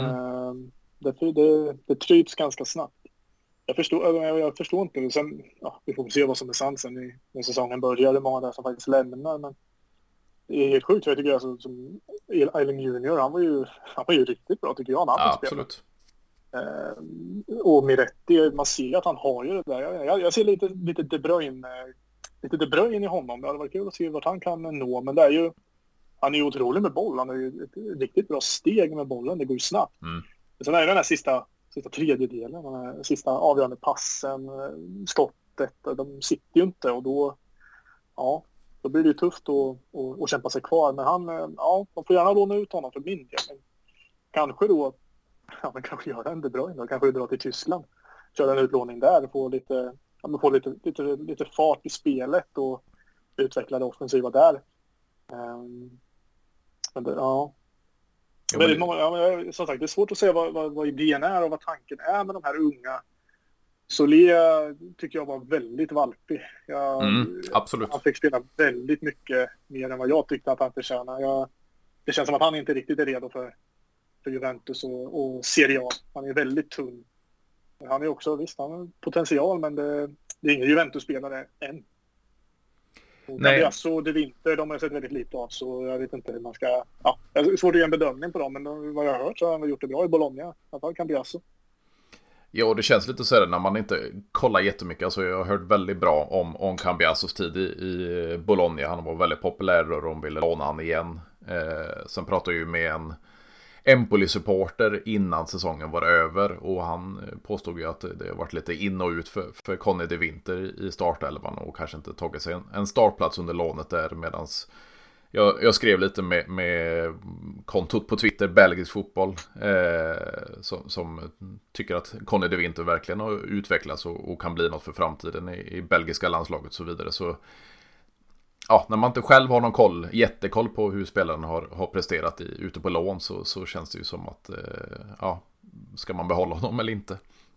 Det tryts ganska snabbt. Jag förstår inte. Sen, vi får se vad som är sant sen när säsongen börjar. Det är många där som faktiskt lämnar, men det är helt sjukt. Jag tycker alltså, som Eiling Junior, han var ju riktigt bra tycker jag. Absolut. Och Miretti, man ser att han har ju det där. Jag ser lite De Bruyne i honom. Det hade varit kul att se vart han kan nå, men det är ju, han är ju otrolig med boll. Han har ju ett riktigt bra steg med bollen. Det går ju snabbt. Sen är det den här sista tredjedelen, den här sista avgörande passen, skottet, de sitter ju inte, och då blir det ju tufft att kämpa sig kvar. Men man får gärna låna ut honom för min del. Men kanske då, man kanske gör en De Bruyne då, kanske dra till Tyskland, köra en utlåning där, få lite fart i spelet och utveckla det offensiva där. Men det, väldigt många, som sagt, det är svårt att säga vad idén är och vad tanken är med de här unga. Solé tycker jag var väldigt valpig. Absolut. Han fick spela väldigt mycket mer än vad jag tyckte att han förtjänade. Det känns som att han inte riktigt är redo för Juventus och Serie A. Han är väldigt tunn. Han är också, visst, han har potential, men det är ingen Juventus-spelare än. Nej. Så De Winter, de har sett väldigt lite av, så jag vet inte hur man ska... det är svårt att göra en bedömning på dem, men vad jag har hört så har han gjort det bra i Bologna. I alla fall Cambiasso. Ja, det känns lite så här när man inte kollar jättemycket. Alltså jag har hört väldigt bra om Cambiassos tid i Bologna. Han var väldigt populär och de ville låna han igen. Sen pratade jag ju med en Empoli-supporter innan säsongen var över, och han påstod ju att det har varit lite in och ut för Conny de Winter i startelvan och kanske inte tagit sig en startplats under lånet där, medans jag skrev lite med kontot på Twitter, Belgisk fotboll, som tycker att Conny de Winter verkligen har utvecklats och kan bli något för framtiden i belgiska landslaget och så vidare. Så när man inte själv har någon jättekoll på hur spelaren har presterat ute på lån, så känns det ju som att ska man behålla honom eller inte?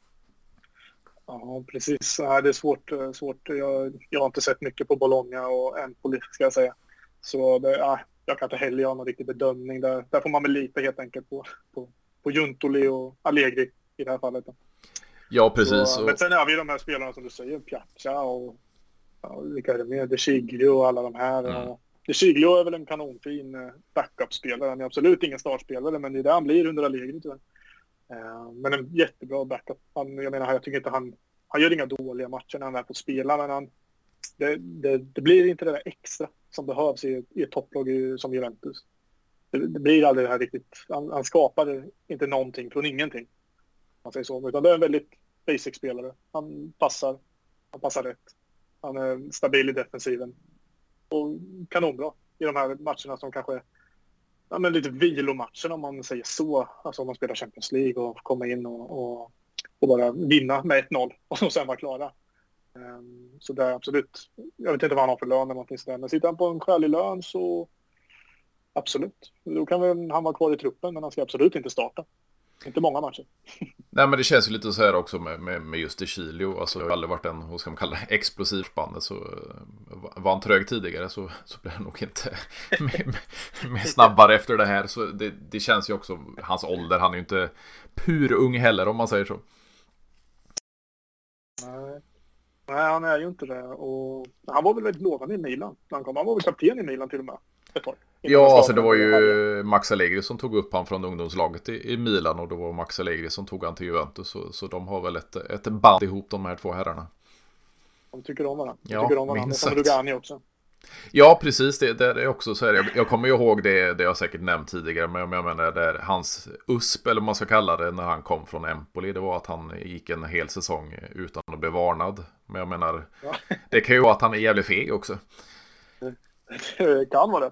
Ja, precis. Det är svårt. Jag har inte sett mycket på Bologna och Empoli, ska jag säga. Så jag kan inte heller göra någon riktig bedömning. Där får man väl lita helt enkelt på Juntoli och Allegri i det här fallet. Ja, precis. Men sen har vi de här spelarna som du säger, Piazza och vilka är det med? De Sciglio och alla de här. De Sciglio är väl en kanonfin backup-spelare. Han är absolut ingen startspelare, men det är där han blir under Allegri. Men en jättebra backup. Jag tycker inte han gör inga dåliga matcher när han är på att spela, men det blir inte det där extra som behövs i ett topplag som Juventus. Det blir aldrig det här riktigt. Han skapar inte någonting från ingenting, man säger så, utan det är en väldigt basic spelare. Han passar rätt. Han är stabil i defensiven och kanonbra i de här matcherna som kanske lite vilomatcherna, om man säger så. Alltså om man spelar Champions League och komma in och bara vinna med 1-0 och sen vara klara. Så det är absolut, jag vet inte vad han har för lön eller någonting sådär, men sitter han på en skälig lön så absolut. Då kan väl han vara kvar i truppen, men han ska absolut inte starta. Inte många matcher. Nej, men det känns ju lite så här också med just De Sciglio. Alltså det har aldrig varit vad ska man kalla det, explosiv spannet. Så var han trög tidigare så blir han nog inte mer snabbare efter det här. Så det känns ju också, hans ålder, han är ju inte pur ung heller, om man säger så. Nej, han är ju inte det. Och han var väl väldigt lovande i Milan. Han var väl kapten i Milan till och med. ett par. Ja, alltså det var ju Max Allegri som tog upp han från ungdomslaget i Milan, och då var Max Allegri som tog han till Juventus, så de har väl ett band ihop, de här två herrarna. De tycker om varandra. Ja, minst sagt. Det är som Rugani också. Ja, precis. Det är också så här. Jag kommer ju ihåg det jag säkert nämnt tidigare, men jag menar det är hans USP, eller vad man ska kalla det, när han kom från Empoli, det var att han gick en hel säsong utan att bli varnad. Men jag menar, det kan ju vara att han är jävligt feg också. Det kan vara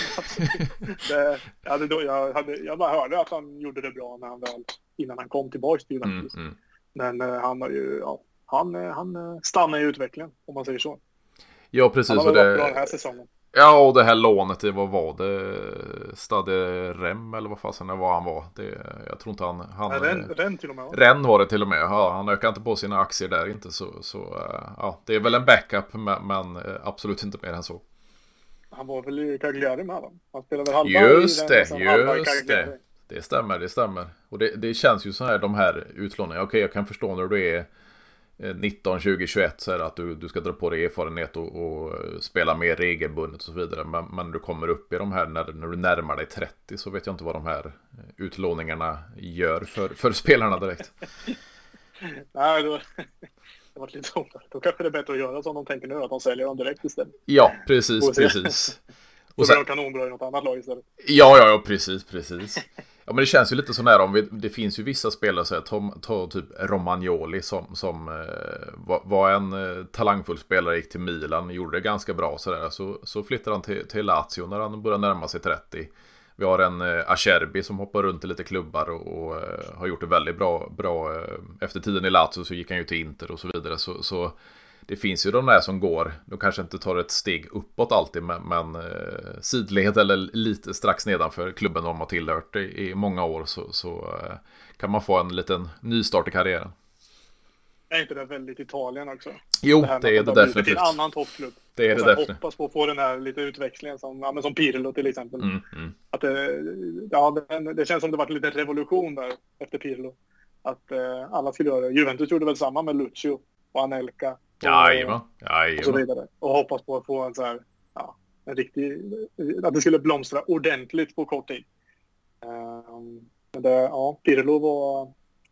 det. Jag bara hörde att han gjorde det bra innan han kom tillbaka till Juventus. Men han har ju, han stannar i utvecklingen, om man säger så. Ja, precis. Han har varit bra den här säsongen. Ja, och det här lånet, vad var det? Stade Rem, eller vad fasen det var han var. Jag tror inte han Ren till och med. Ren var det till och med. Ja, han ökade inte på sina aktier där inte, så ja, det är väl en backup, men absolut inte mer än så. Han var väl i Cagliari med, va? Han spelade väl halva just i det. Det stämmer. Och det känns ju så här, de här utlåningarna. Okej, jag kan förstå när du är 19, 20, 21 så är det att du ska dra på dig erfarenhet och spela mer regelbundet och så vidare. Men du kommer upp i de här när du närmar dig 30, så vet jag inte vad de här utlåningarna gör för spelarna direkt. Nej, det var lite så. Då kanske det är bättre att göra som de tänker nu, att de säljer dem direkt istället. Ja, precis. Och sen kanonbra i något annat lag istället. Ja, precis. Ja, men det känns ju lite sån här, det finns ju vissa spelare så här, ta typ Romagnoli som var en talangfull spelare, gick till Milan, gjorde det ganska bra så där, så flyttade han till Lazio när han började närma sig 30. Vi har en Acerbi som hoppar runt i lite klubbar och har gjort det väldigt bra efter tiden i Lazio, så gick han ju till Inter och så vidare, så det finns ju de där som går, de kanske inte tar ett steg uppåt alltid, men sidled eller lite strax nedanför klubben de har tillhört i många år, så kan man få en liten nystart i karriären. Är inte det väldigt Italien också? Jo, det är det definitivt. Det är en annan toppklubb. Det är det definitivt. Hoppas på att få den här lite utväxlingen som Pirlo till exempel. Att det känns som det var en liten revolution där efter Pirlo. Att alla skulle göra det. Juventus gjorde väl samma med Lucio och Anelka. Jajamän. Och så vidare. Och hoppas på att få en så här, en riktig, att det skulle blomstra ordentligt på kort tid. Men Pirlo var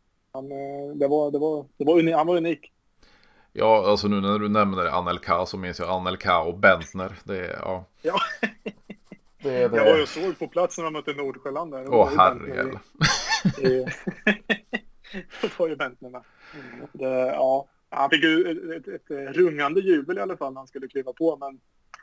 han var unik. Ja, alltså nu när du nämner Anelka så minns jag Anelka och Bentner. Ja. Jag var ju såg på plats när man mötte Nordsjälland där. Herregud. Det var ju Bentner med. Han fick ju ett rungande jubel i alla fall när han skulle kliva på, men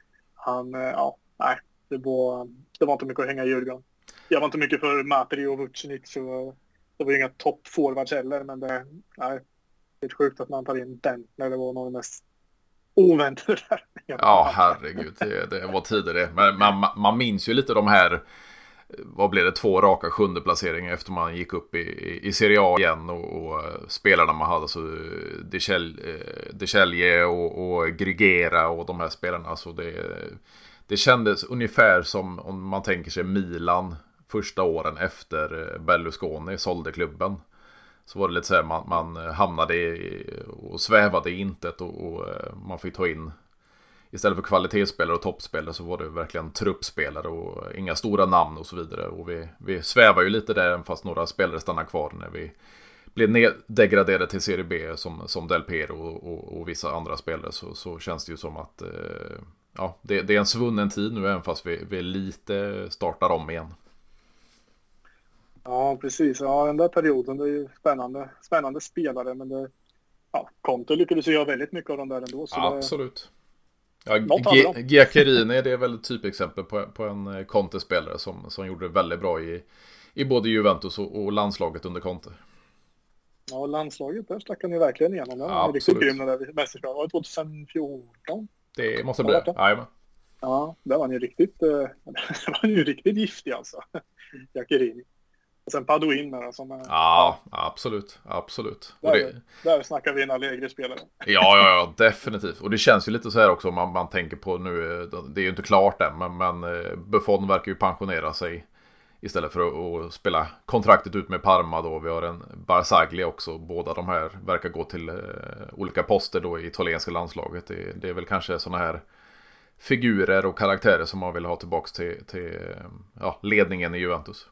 det var inte mycket att hänga i julgran. Jag var inte mycket för Matri och Vucinic, så det var ju inga toppforwards heller, men det är sjukt att man tar in den när det var någon mest oväntade där. Ja, herregud, det var tidigare. Men man minns ju lite de här, vad blev det, 2 raka 7:e placeringar efter man gick upp i Serie A igen, och spelarna man hade, så De Celje och Grigera och de här spelarna, alltså det kändes ungefär som om man tänker sig Milan första åren efter Berlusconi sålde klubben. Så var det lite så här, man hamnade och svävade i intet, och man fick ta in, istället för kvalitetsspelare och toppspelare, så var det verkligen truppspelare och inga stora namn och så vidare. Och vi svävar ju lite där, fast några spelare stannar kvar när vi blev degraderade till Serie B som Del Piero och vissa andra spelare, så känns det ju som att det är en svunnen tid nu, även fast vi lite startar om igen. Ja, precis. Ja, den där perioden, det är ju spännande spelare, men Conte lyckades ju göra väldigt mycket av dem där ändå. Så absolut. Giaccherini, det är väl ett typexempel på en Conte-spelare som gjorde det väldigt bra i både Juventus och landslaget under Conte. Ja, landslaget där stack han ju verkligen igenom. Det var riktigt grym där mästerskapet. Det var 2014. Det måste bli det. Ja, där var han ju riktigt giftig alltså. Giaccherini. Och sen Padoin med som absolut. Där snackar vi en Allegri-spelare. Ja, definitivt. Och det känns ju lite så här också, om man tänker på nu, det är ju inte klart än, men Buffon verkar ju pensionera sig istället för att spela kontraktet ut med Parma då. Vi har en Barzagli också. Båda de här verkar gå till olika poster då i italienska landslaget. Det är väl kanske såna här figurer och karaktärer som man vill ha tillbaka till ledningen i Juventus.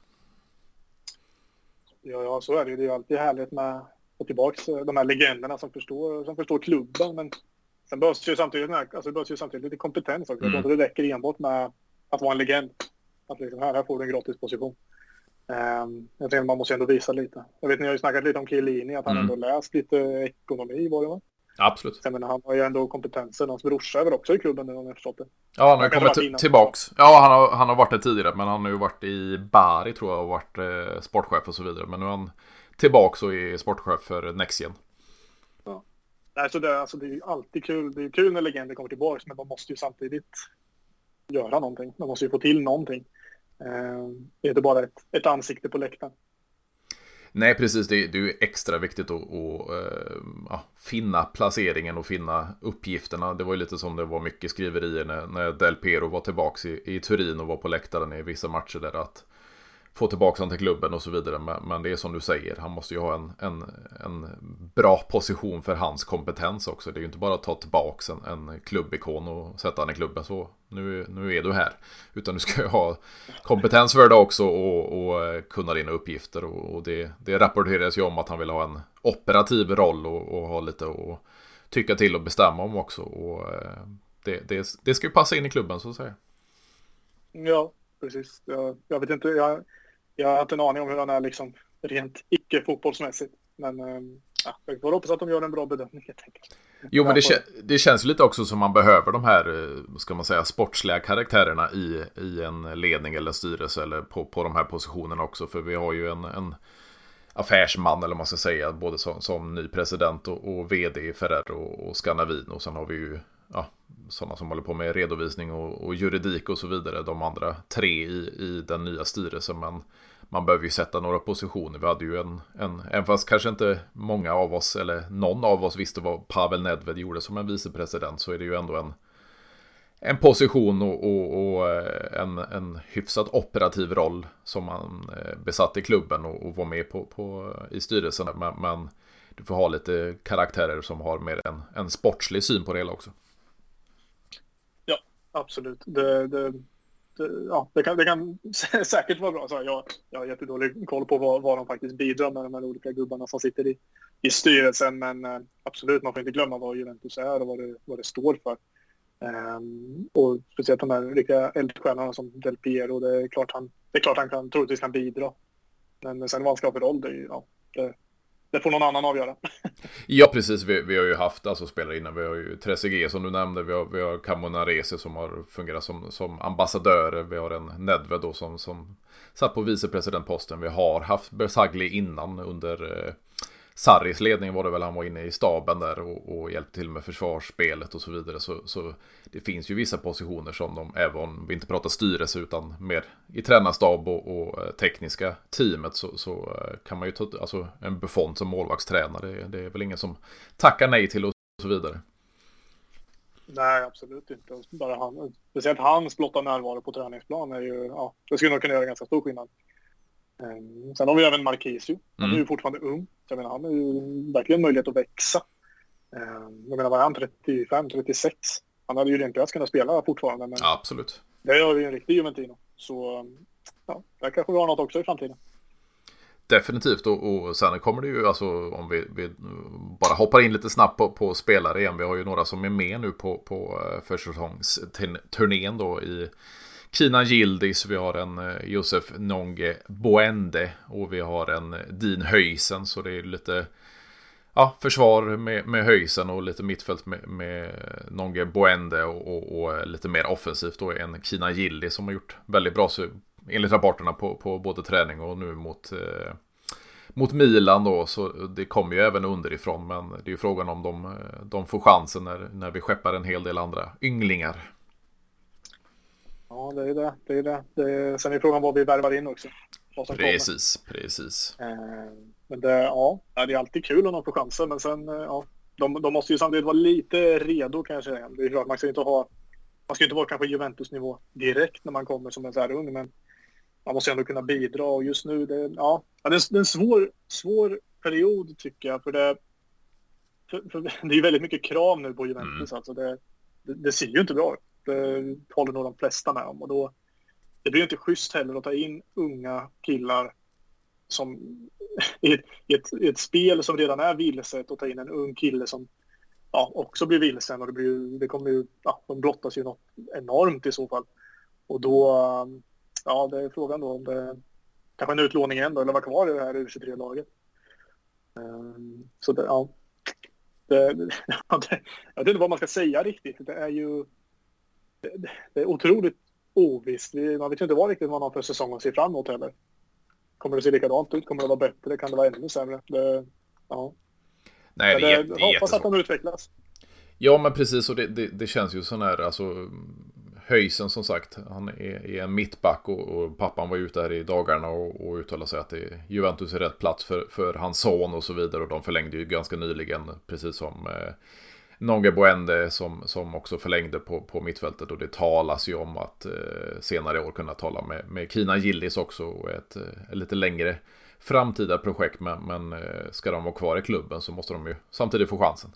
Ja, så är det. Det är ju alltid härligt med att få tillbaka de här legenderna som förstår klubben. Men sen behövs ju samtidigt lite kompetens också. Jag tror inte det räcker enbart med att vara en legend. Att liksom, här får du en gratis position. Jag tänker man måste ändå visa lite. Jag vet, ni har ju snackat lite om Chiellini, att han ändå läst lite ekonomi, var det va? Absolut. Jag menar, han har ju ändå kompetensen. Hans brorsa är väl också i klubben nu, om jag förstått det. Ja, han har kommit tillbaks. Ja, han har varit det tidigare, men han har ju varit i Bari tror jag och varit sportchef och så vidare. Men nu är han tillbaks och är sportchef för Nexien. Ja. Nej, så det är ju alltid kul. Det är kul när legender kommer tillbaks, men de måste ju samtidigt göra någonting. De måste ju få till någonting. Det är inte bara ett ansikte på läktaren. Nej, precis. Det är ju extra viktigt att finna placeringen och finna uppgifterna. Det var ju lite som det var mycket skriverier när Del Piero var tillbaka i Turin och var på läktaren i vissa matcher där att få tillbaka han till klubben och så vidare. Men det är som du säger, han måste ju ha en bra position för hans kompetens också. Det är ju inte bara att ta tillbaka en klubbikon och sätta han i klubben så nu är du här. Utan du ska ju ha kompetens för det också och kunna dina uppgifter. Och det rapporteras ju om att han vill ha en operativ roll och ha lite att tycka till och bestämma om också. Och det ska ju passa in i klubben så att säga. Ja, precis. Jag vet inte, jag har inte en aning om hur han är liksom rent icke-fotbollsmässigt. Men jag får hoppas att de gör en bra bedömning helt enkelt. Jo, men det känns ju lite också som man behöver de här, ska man säga, sportsliga karaktärerna i en ledning eller styrelse eller på de här positionerna också. För vi har ju en affärsman eller man ska säga, både som ny president och vd i Ferrero och Scanavino. Och sen har vi ju sådana som håller på med redovisning och juridik och så vidare. De andra 3 i den nya styrelsen. Men man behöver ju sätta några positioner. Vi hade ju även fast kanske inte många av oss eller någon av oss visste vad Pavel Nedved gjorde som en vicepresident, så är det ju ändå en position och en hyfsat operativ roll som man besatt i klubben och var med i styrelsen. Men du får ha lite karaktärer som har mer en sportslig syn på det hela också. Ja, absolut. Det kan säkert vara bra. Så jag har jättedålig koll på vad de faktiskt bidrar med, de här olika gubbarna som sitter i styrelsen. Men absolut, man får inte glömma vad Juventus är och vad det står för. Och speciellt de här riktiga eldstjärnorna som Del Piero. Det är klart han troligtvis kan bidra. Men sen vad han ska ha för roll, det får någon annan avgöra. Ja, precis. Vi har ju haft spelare innan. Vi har ju Trezeguet som du nämnde. Vi har Camonarese som har fungerat som ambassadörer. Vi har en Nedved då som satt på vicepresidentposten. Vi har haft Bersagli innan under Sarris ledning var det väl. Han var inne i staben där och hjälpte till med försvarsspelet och så vidare. Så det finns ju vissa positioner som de, även om vi inte pratar styrelse utan mer i tränarstab och tekniska teamet, så kan man ju ta en Buffon som målvaktstränare. Det är väl ingen som tackar nej till och så vidare. Nej, absolut inte. Bara speciellt hans blotta närvaro på träningsplan är ju, det skulle nog kunna göra ganska stor skillnad. Sen har vi även Marquisio. Han är ju fortfarande ung. Så jag menar, han har ju verkligen möjlighet att växa. Jag menar, var han 35-36? Han hade ju inte ens kunnat spela fortfarande. Men absolut. Det gör vi en riktig Juventino. Så där kanske vi har något också i framtiden. Definitivt. Och sen kommer det ju, om vi bara hoppar in lite snabbt på spelare igen. Vi har ju några som är med nu på försäsongsturnén då i Kina Yildiz, vi har en Josef Nonge Boende och vi har en Dean Höysen, så det är lite försvar med Höysen och lite mittfält med Nonge Boende och lite mer offensivt då en Kina Yildiz som har gjort väldigt bra enligt rapporterna på både träning och nu mot Milan då, så det kommer ju även underifrån, men det är ju frågan om de får chansen när vi skeppar en hel del andra ynglingar. Ja, det är det. Sen är frågan vad vi värvar in också. Precis. Men det är alltid kul om de får chansen. Men sen, de måste ju samtidigt vara lite redo kanske. Det är klart, man ska inte vara kanske Juventus-nivå direkt när man kommer som en så här ung. Men man måste ändå kunna bidra. Och just nu, det är en svår period tycker jag. För det är väldigt mycket krav nu på Juventus. Alltså det ser ju inte bra ut. Det håller nog de flesta med om. Och då, det blir inte schysst heller att ta in unga killar som i ett spel som redan är vilset, och ta in en ung kille som också blir vilsen. Och det kommer ju, de blottas ju något enormt i så fall. Och då, det är frågan då om det kanske en utlåning ändå, eller vad kvar i det här U23-laget. Så det, jag vet inte vad man ska säga riktigt. Det är ju det är otroligt ovisst. Man vet ju inte vad riktigt man har för säsong att se fram emot heller. Kommer det se likadant ut? Kommer det vara bättre? Kan det vara ännu sämre? Nej, det är hoppas att de utvecklas. Ja, men precis. Och det känns ju sån här, alltså Höjsen som sagt, han är en mittback och pappan var ute här i dagarna och uttalade sig att Juventus är rätt plats för hans son och så vidare, och de förlängde ju ganska nyligen, precis som Nonge Boende som också förlängde på mittfältet, och det talas ju om att senare i år kunna tala med Kina Gillis också, och ett lite längre framtida projekt, men ska de vara kvar i klubben så måste de ju samtidigt få chansen.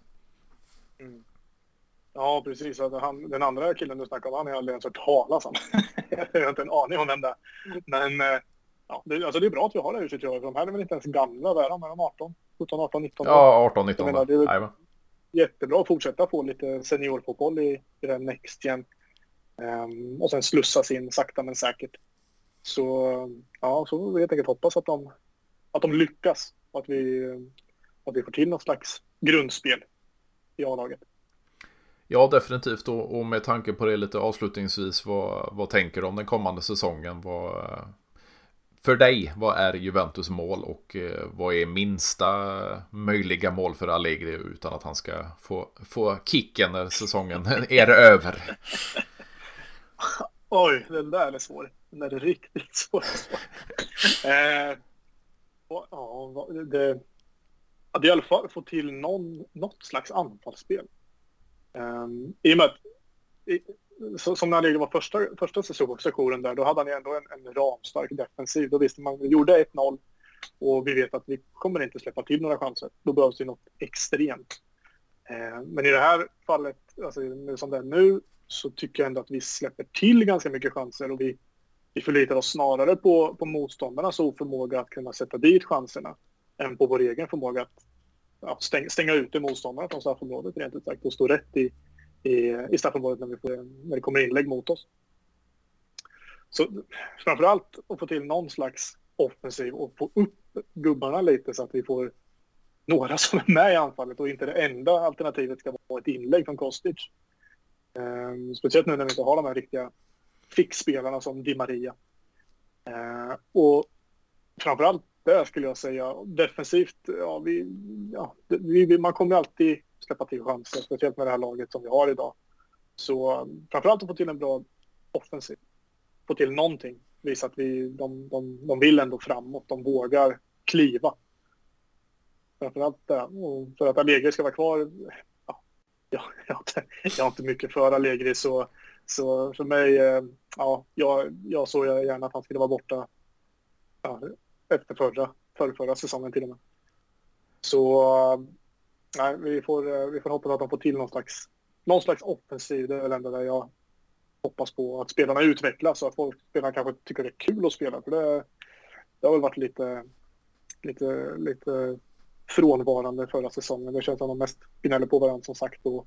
Ja, precis. Alltså den andra killen du snackar om, han är aldrig ens hört talas om. Jag har inte en aning om vem det är. Men det är bra att vi har det här U23. De här är väl inte ens gamla. Vad är de? Är de 18? 17, 18, 19? Ja, 18, 19. Menar, det är jättebra att fortsätta få lite seniorfotboll i det Next Gen. Och sen slussas in sakta men säkert. Så helt enkelt hoppas att de lyckas. Och att vi får till något slags grundspel i A-laget. Ja, definitivt. Och med tanke på det lite avslutningsvis, vad tänker du om den kommande säsongen? För dig, vad är Juventus mål, och vad är minsta möjliga mål för Allegri utan att han ska få kicken när säsongen är över? Oj, den där är svår. Den där är riktigt svår. Det är i alla fall få till något slags anfallsspel. I och med att som när Allegri var första säsongen där, då hade han ju ändå en ramstark defensiv. Då visste man, vi gjorde 1-0 och vi vet att vi kommer inte släppa till några chanser. Då behövs det något extremt. Men i det här fallet, alltså, som det är nu, så tycker jag ändå att vi släpper till ganska mycket chanser, och vi förlitar oss snarare på motståndarnas oförmåga att kunna sätta dit chanserna än på vår egen förmåga att stänga ute motståndarna från straffområdet, rent ut sagt, och stå rätt i straffområdet när det kommer inlägg mot oss. Så framförallt att få till någon slags offensiv och få upp gubbarna lite så att vi får några som är med i anfallet, och inte det enda alternativet ska vara ett inlägg från Kostic. Speciellt nu när vi inte har de här riktiga fixspelarna som Di Maria. Och framförallt det skulle jag säga. Defensivt, man kommer alltid släppa till chanser, speciellt med det här laget som vi har idag. Så framförallt att få till en bra offensiv. Få till någonting. Visa att de vill ändå framåt. De vågar kliva. Framförallt det. Och för att Allegri ska vara kvar, jag har inte mycket för Allegri, så för mig, jag såg gärna att han skulle vara borta efter förra säsongen till och med. Så nej, vi får hoppas att de får till någon slags offensiv. Det är väl ändå där jag hoppas på, att spelarna utvecklas, så att spelarna kanske tycker det är kul att spela, för det har väl varit lite frånvarande förra säsongen. Det känns som de mest gnäller på varandra, som sagt, och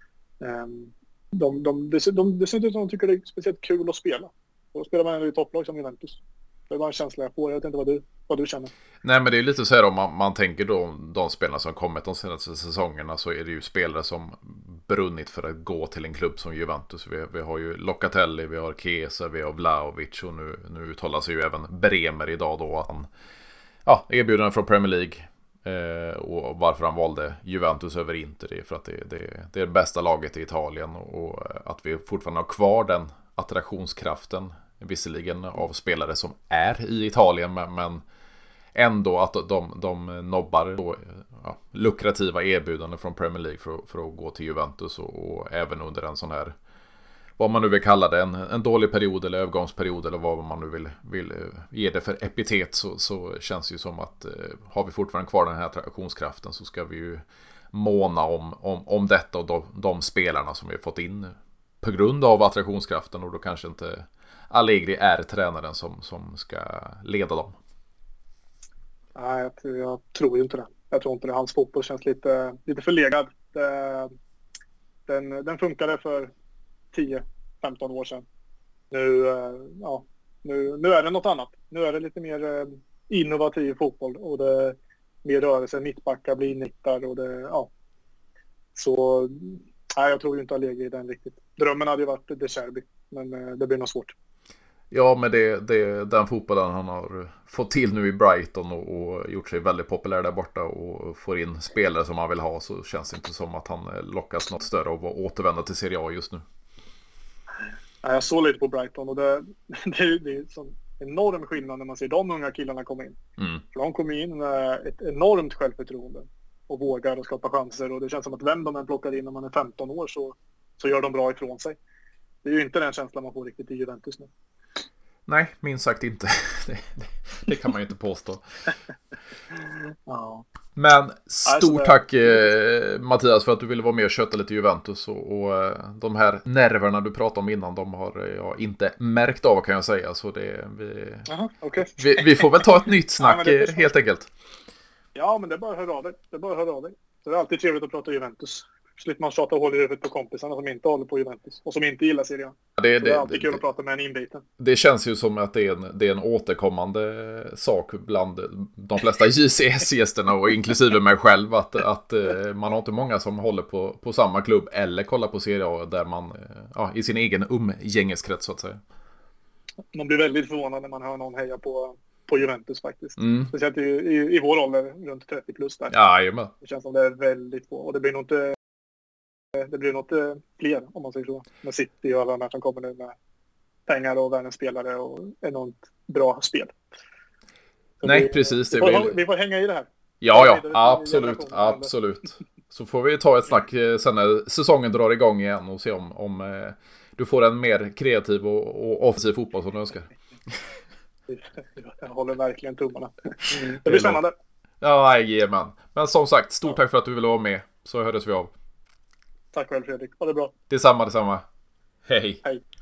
det ser inte ut som de tycker det är speciellt kul att spela. Och då spelar man i topplag som Juventus. Det var en känsla jag får. Jag vet inte vad du känner. Nej, men det är lite så här, om man tänker då de spelarna som kommit de senaste säsongerna, så är det ju spelare som brunnit för att gå till en klubb som Juventus. Vi har ju Locatelli, vi har Chiesa, vi har Vlahovic, och nu uttalar sig ju även Bremer idag då att han erbjudanden från Premier League. Och varför han valde Juventus över Inter, det är för att det är det bästa laget i Italien, och att vi fortfarande har kvar den attraktionskraften, visserligen av spelare som är i Italien, men ändå att de nobbar då, lukrativa erbjudanden från Premier League för att gå till Juventus, och även under en sån här, vad man nu vill kalla det, en dålig period eller övergångsperiod, eller vad man nu vill ge det för epitet, så känns det ju som att har vi fortfarande kvar den här attraktionskraften, så ska vi ju måna om detta, och de spelarna som vi har fått in på grund av attraktionskraften, och då kanske inte Allegri är tränaren som ska leda dem. Nej, jag tror ju inte det. Jag tror inte det. Hans fotboll känns lite förlegad. Den funkade för 10-15 år sedan. Nu är det något annat. Nu är det lite mer innovativ fotboll, och det är mer rörelse, mittbackar blir inriktad, och så nej, jag tror ju inte Allegri i den riktigt. Drömmen hade ju varit De Zerbi, men det blir nog svårt. Ja, men det den fotbollen han har fått till nu i Brighton och gjort sig väldigt populär där borta och får in spelare som han vill ha, så känns det inte som att han lockas något större av att återvända till Serie A just nu. Jag såg lite på Brighton, och det är sån enorm skillnad när man ser de unga killarna komma in. För de kommer in med ett enormt självförtroende och vågar och skapa chanser, och det känns som att vem de än plockar in när man är 15 år så gör de bra ifrån sig. Det är ju inte den känslan man får riktigt i Juventus nu. Nej, minst sagt inte. Det kan man ju inte påstå. Ja. Men stort tack Mattias för att du ville vara med och köta lite Juventus, och de här nerverna du pratade om innan, de har jag inte märkt av, kan jag säga, så okay. vi får väl ta ett nytt snack helt enkelt. Ja, men det är bara att höra av dig. Så det är alltid trevligt att prata Juventus. Slipper man tjata hål i huvudet på kompisarna som inte håller på Juventus och som inte gillar Serie A. Det är alltid kul att prata med en inbiten. Det känns ju som att det är en återkommande sak bland de flesta JCS-gästerna, och inklusive mig själv, att man har inte många som håller på samma klubb eller kollar på Serie A där man i sin egen umgängeskrets, så att säga. Man blir väldigt förvånad när man hör någon heja på Juventus faktiskt. Speciellt i vår ålder, runt 30 plus där. Ja, det känns som det är väldigt få, och det blir nog inte fler, om man säger så. Med City och alla de här som kommer nu med pengar och världens spelare och enormt bra spel. Så nej, precis. Vi får hänga i det här. Ja, absolut. Så får vi ta ett snack sen när säsongen drar igång igen och se om du får en mer kreativ och offensiv fotboll som du önskar. Jag håller verkligen tummarna. Det blir spännande. Ja, jajamän. Men som sagt, stort tack för att du ville vara med. Så hördes vi av. Tack själv, Fredrik. Ha det bra. Detsamma. Hej.